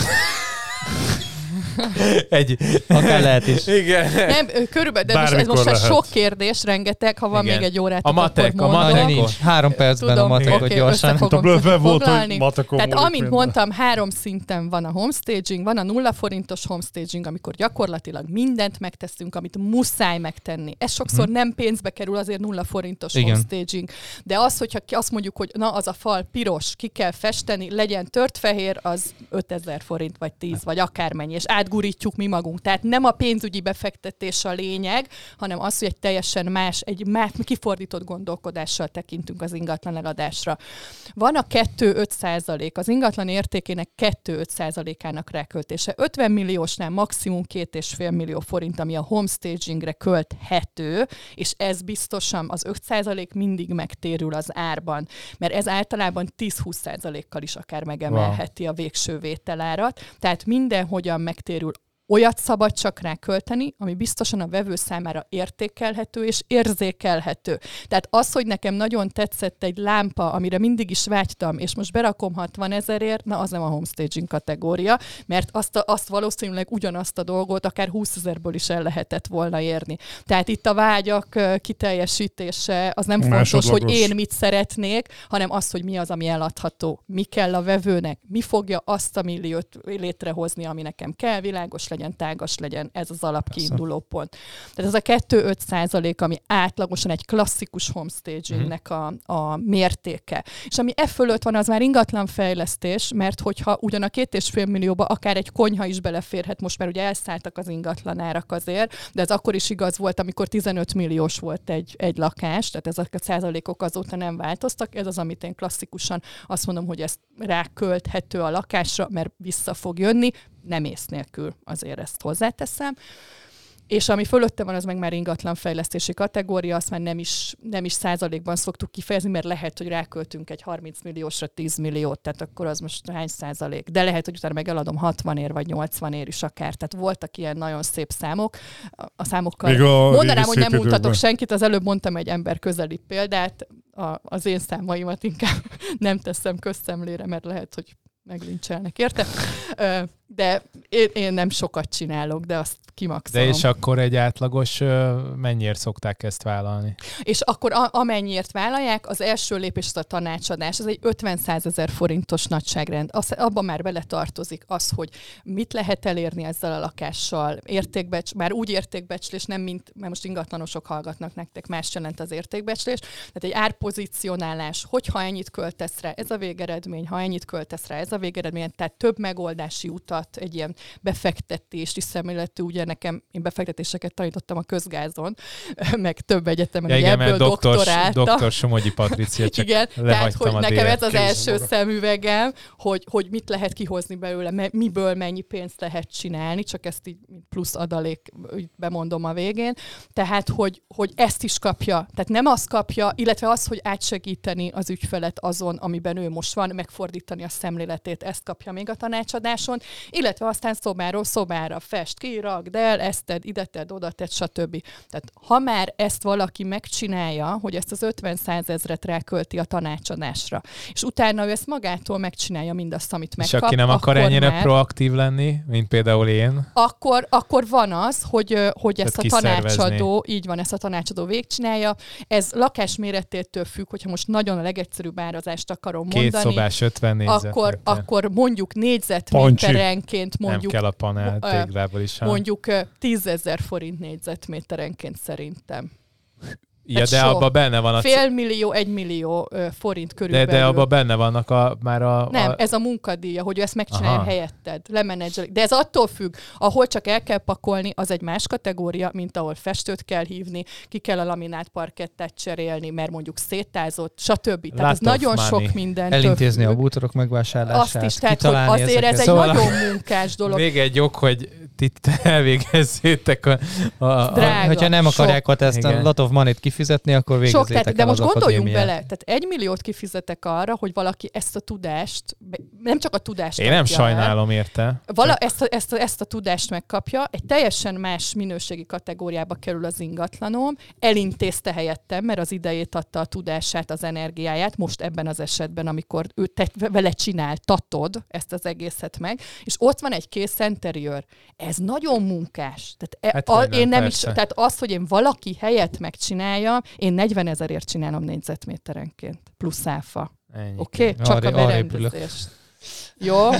Akár lehet is. Igen. Nem, körülbelül, de ez most lehet. Sok kérdés, rengeteg, ha van még egy órát, akkor mondom. Nincs. 3 percben tudom, a matekot gyorsan. Tehát amint mondtam, 3 szinten van a homestaging, van a 0 forintos homestaging, amikor gyakorlatilag mindent megteszünk, amit muszáj megtenni. Ez sokszor nem pénzbe kerül, azért 0 forintos homestaging. De az, hogyha azt mondjuk, hogy na, az a fal piros, ki kell festeni, legyen tört fehér, az 5000 forint, vagy 10, vagy akármennyi, és átgurítjuk mi magunk. Tehát nem a pénzügyi befektetés a lényeg, hanem az, hogy egy teljesen más, egy kifordított gondolkodással tekintünk az ingatlan eladásra. Van a 2-5%, az ingatlan értékének 2-5%-ának ráköltése. 50 milliósnál maximum 2,5 millió forint, ami a homestagingre költhető, és ez biztosan az 5% mindig megtérül az árban, mert ez általában 10-20%-kal is akár megemelheti a végső vételárat. Tehát mindenhogyan megtérül. Olyat szabad csak rá költeni, ami biztosan a vevő számára értékelhető és érzékelhető. Tehát az, hogy nekem nagyon tetszett egy lámpa, amire mindig is vágytam, és most berakom 60 000-ért, na az nem a homestaging kategória, mert azt valószínűleg ugyanazt a dolgot akár 20 000-ből is el lehetett volna érni. Tehát itt a vágyak kiteljesítése az nem fontos, hogy én mit szeretnék, hanem az, hogy mi az, ami eladható. Mi kell a vevőnek, mi fogja azt a milliót létrehozni, ami nekem kell, világos legyen legyen, tágas legyen, ez az alapkiinduló pont. Tehát ez a 2-5%, ami átlagosan egy klasszikus homestagingnek a mértéke. És ami fölött van, az már ingatlanfejlesztés, mert hogyha ugyan a 2,5 millióba akár egy konyha is beleférhet, most már ugye elszálltak az ingatlanárak azért, de ez akkor is igaz volt, amikor 15 milliós volt egy lakás, tehát ezek a százalékok azóta nem változtak. Ez az, amit én klasszikusan azt mondom, hogy ez rákölthető a lakásra, mert vissza fog jönni, nem ész nélkül, azért ezt hozzáteszem. És ami fölötte van, az meg már ingatlanfejlesztési kategória, azt már nem is százalékban szoktuk kifejezni, mert lehet, hogy ráköltünk egy 30 milliósra 10 milliót, tehát akkor az most hány százalék. De lehet, hogy utána meg eladom 60 ér vagy 80 ér is akár. Tehát voltak ilyen nagyon szép számok. A számokkal mondanám, hogy nem mutatok senkit, az előbb mondtam egy ember közeli példát, az én számaimat inkább nem teszem közszemlére, mert lehet, hogy meglincselnek, érte? De én nem sokat csinálok, de azt kimaxolom. De és akkor egy átlagos mennyiért szokták ezt vállalni? És akkor amennyiért vállalják, az első lépés az a tanácsadás. Ez egy 50-100 ezer forintos nagyságrend. Abban már beletartozik az, hogy mit lehet elérni ezzel a lakással. Már úgy értékbecslés, nem mint, mert most ingatlanosok hallgatnak nektek, más jelent az értékbecslés. Tehát egy árpozicionálás, hogyha ennyit költesz rá, ez a végeredmény, ha ennyit költesz rá, ez a végeredmény, tehát több megoldási utat, egy ilyen befektetési szemléletű, ugye én befektetéseket tanítottam a közgázon, meg több egyetemen, hogy ebből doktoráltam. Dr. Somogyi Patricia, csak igen, tehát hogy nekem ez az első óra. Szemüvegem, hogy mit lehet kihozni belőle, miből mennyi pénzt lehet csinálni, csak ezt így plusz adalék bemondom a végén. Tehát, hogy ezt is kapja. Tehát nem azt kapja, illetve az, hogy átsegíteni az ügyfelet azon, amiben ő most van, megfordítani a szemléletét, ezt kapja még a tanácsadáson, illetve aztán szobáról szobára fest ki, rakd el, ezt tedd, ide tedd, oda tedd, stb. Tehát ha már ezt valaki megcsinálja, hogy ezt az 50-100 ezret rákölti a tanácsadásra, és utána ő ezt magától megcsinálja mindazt, amit megkap. És aki nem akar ennyire proaktív lenni, mint például én? Akkor van az, hogy ezt a tanácsadó, így van, ezt a tanácsadó végigcsinálja. Ez lakás méretétől függ, hogyha most nagyon a legegyszerűbb árazást akarom mondani. 2 szobás 50 négyzetméter. Akkor mondjuk négyzetméterenként nem kell a panel téglából is. Mondjuk 10 000 forint négyzetméterenként szerintem. Ja, de abban benne van a... Fél millió, 1 millió forint körülbelül. De abban benne vannak Nem, ez a munkadíja, hogy ő ezt megcsinálja helyetted, lemenedzselik. De ez attól függ, ahol csak el kell pakolni, az egy más kategória, mint ahol festőt kell hívni, ki kell a laminált parkettát cserélni, mert mondjuk széttázott, stb. Tehát ez nagyon sok mindentől elintézni függ. a bútorok megvásárlását, azt is, tehát hogy azért ez egy nagyon munkás dolog. Még egy ok, hogy ti elvégezzétek Drága, hogyha nem akarják ezt a lot of money-t kifizetni, akkor végezzétek de most gondoljunk bele, tehát 1 milliót kifizetek arra, hogy valaki ezt a tudást, nem csak a tudást én nem sajnálom érte. Ezt a tudást megkapja, egy teljesen más minőségi kategóriába kerül az ingatlanom, elintézte helyettem, mert az idejét adta, a tudását, az energiáját, most ebben az esetben, amikor te vele csináltatod ezt az egészet meg, és ott van egy kész interiőr. Ez nagyon munkás. Tehát én nem is, tehát az, hogy én valaki helyett megcsinálja, én 40 000-ért csinálom négyzetméterenként, plusz áfa. Oké? Csak a berendezést. Jó?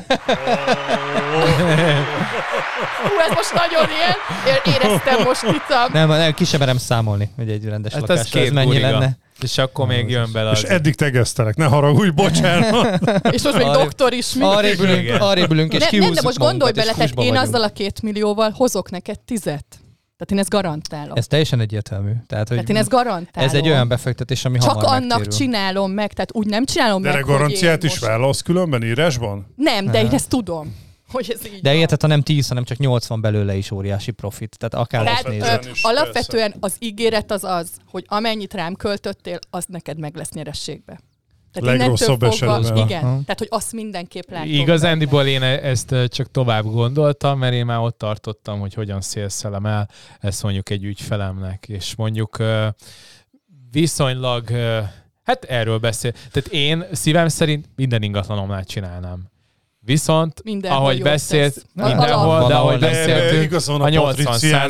Ez most nagyon ilyen. Éreztem most itt a... Nem, ki sem merem számolni, hogy egy rendes hát lakásra ez mennyi lenne. És akkor még jön bele az... És eddig tegeztelek, ne haragudj, bocsánat. És most még doktor is mi? Arrébb ülünk és kihúzzuk. Nem, de most gondolj bele, tehát én azzal a 2 millióval hozok neked 10. Tehát én ezt garantálom. Ez teljesen egyértelmű. Tehát én ezt garantálom. Ez egy olyan befektetés, ami csak hamar annak megtérül. Csinálom meg, tehát úgy nem csinálom de meg, garanciát is vállalsz különben írásban? Nem, de én ezt tudom. Hogy ez így de érted, ha nem 10, hanem csak 80 belőle is óriási profit. Tehát akár azt nézed. Alapvetően az ígéret az, hogy amennyit rám költöttél, az neked meg lesz nyerességbe. Legrosszabb esetben. Igen, tehát hogy azt mindenképp látom. Igazándiból én ezt csak tovább gondoltam, mert én már ott tartottam, hogy hogyan szélszelem el ezt mondjuk egy ügyfelemnek, és mondjuk viszonylag, hát erről beszél. Tehát én szívem szerint minden ingatlanomnál csinálnám. Viszont, mindenhol ahogy beszélt, tesz. mindenhol, de ahogy beszéltünk, a 80%.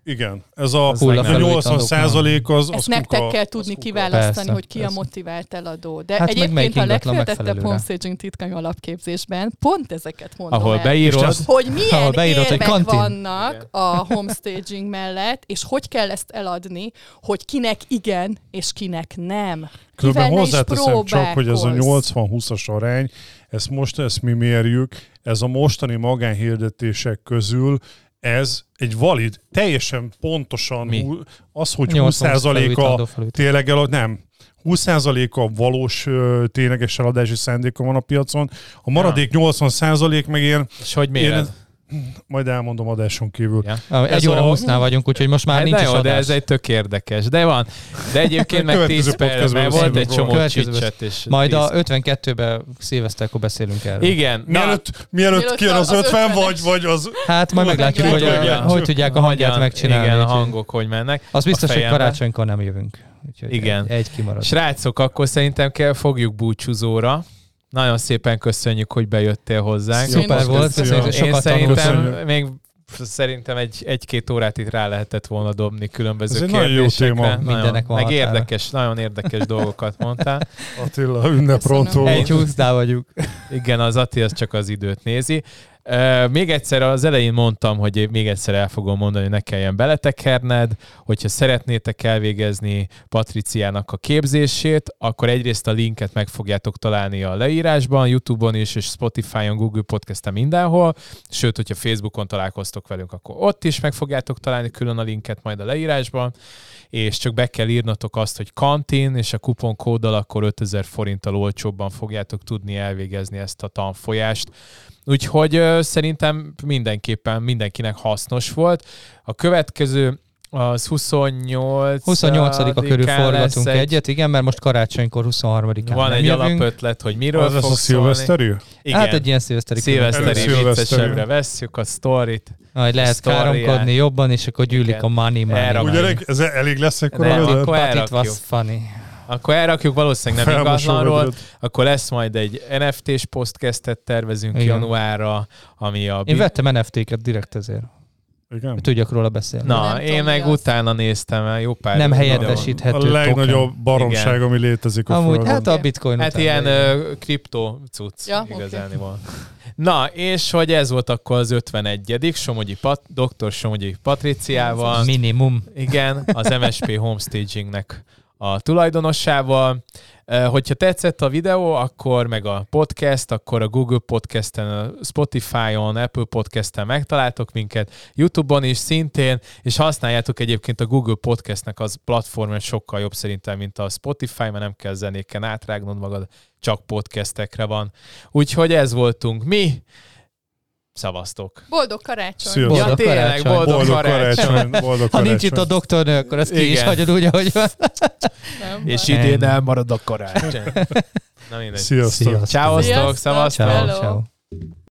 Igen, ez a 80% az ezt nektek kell tudni kiválasztani, persze, hogy ki a motivált eladó. De hát egyébként a legféltettebb homestaging titkanyú alapképzésben pont ezeket mondom ahol beírod, hogy milyen érvek vannak a homestaging mellett, és hogy kell ezt eladni, hogy kinek igen, és kinek nem. Különben hozzáteszem csak, hogy ez a 80-20-as arány, ezt mi mérjük, ez a mostani magánhirdetések közül ez egy valid, teljesen pontosan az, hogy 20%-a tényleg nem. 20%-a valós tényleges eladási szándéka van a piacon, a maradék 80% meg ilyen... És hogy méred? Majd elmondom adáson kívül. Ja. Egy óra 20-nál vagyunk, úgyhogy most már nincs is adás. De ez egy tök érdekes. De van. De egyébként meg 10 perc, mert volt egy csomó csicset. Majd a 52-ben szilveszterkor beszélünk erről. Igen. Mielőtt kijön az 50, vagy az... Hát majd meglátjuk, hogy tudják a hangját megcsinálni. Igen, a hangok hogy mennek. Az biztos, hogy karácsonykor nem jövünk. Igen. Egy kimarad. Srácok, akkor szerintem fogjuk búcsúzóra. Nagyon szépen köszönjük, hogy bejöttél hozzánk. Szuper volt. Én szerintem egy-két órát itt rá lehetett volna dobni különböző kérdésekre. Mindenek van. Meg nagyon érdekes dolgokat mondtál. Attila, ünneprontó. Egy húszdál vagyunk. Igen, az Attila csak az időt nézi. Még egyszer az elején mondtam, hogy még egyszer el fogom mondani, hogy ne kelljen beletekerned, hogyha szeretnétek elvégezni Patriciának a képzését, akkor egyrészt a linket meg fogjátok találni a leírásban, YouTube-on is, és Spotify-on, Google Podcast-en mindenhol, sőt, hogyha Facebookon találkoztok velünk, akkor ott is meg fogjátok találni külön a linket majd a leírásban, és csak be kell írnatok azt, hogy kantin, és a kuponkóddal akkor 5000 forinttal olcsóbban fogjátok tudni elvégezni ezt a tanfolyást. Úgyhogy szerintem mindenképpen mindenkinek hasznos volt. A következő az 28-a körül forgatunk egyet, igen, mert most karácsonykor 23-án van egy alapötlet, hogy miről fog szólni. Az a szilveszteri? Igen. Hát egy ilyen szilveszteri viccesebbre vesszük a sztorit. Majd lehet káromkodni jobban, és akkor gyűlik a money. Ugye ez elég lesz ekkor a akkor but it was funny. Akkor elrakjuk, valószínűleg nem ingatlanról, akkor lesz majd egy NFT-s podcastet tervezünk januárra, ami a... Én vettem NFT-ket direkt ezért. Igen. Tudjak róla beszélni. Na, én meg utána néztem el jó pár... Nem helyettesíthető token. A legnagyobb baromság, ami létezik a Amúgy, hát a bitcoin hát ilyen kripto cucc igazániból. Na, és hogy ez volt akkor az 51. Dr. Somogyi Patriciával. Minimum. Igen, az MSP Homestagingnek a tulajdonossával. Hogyha tetszett a videó, akkor meg a podcast, akkor a Google Podcasten, a Spotify-on, Apple Podcasten megtaláltok minket, YouTube-on is szintén, és használjátok egyébként a Google Podcastnek az platformja sokkal jobb szerintem, mint a Spotify, mert nem kell zenéken átrágnod magad, csak podcastekre van. Úgyhogy ez voltunk mi. Szavaztok. Boldog karácsony. Szia. Ja, tényleg, boldog karácsony. Ha nincs itt a doktornő, akkor ezt ki is hagyod úgy, ahogy van. És idén elmarad a karácsony. Na mindegy. Sziasztok. Ciao, szevasztok. Ciao.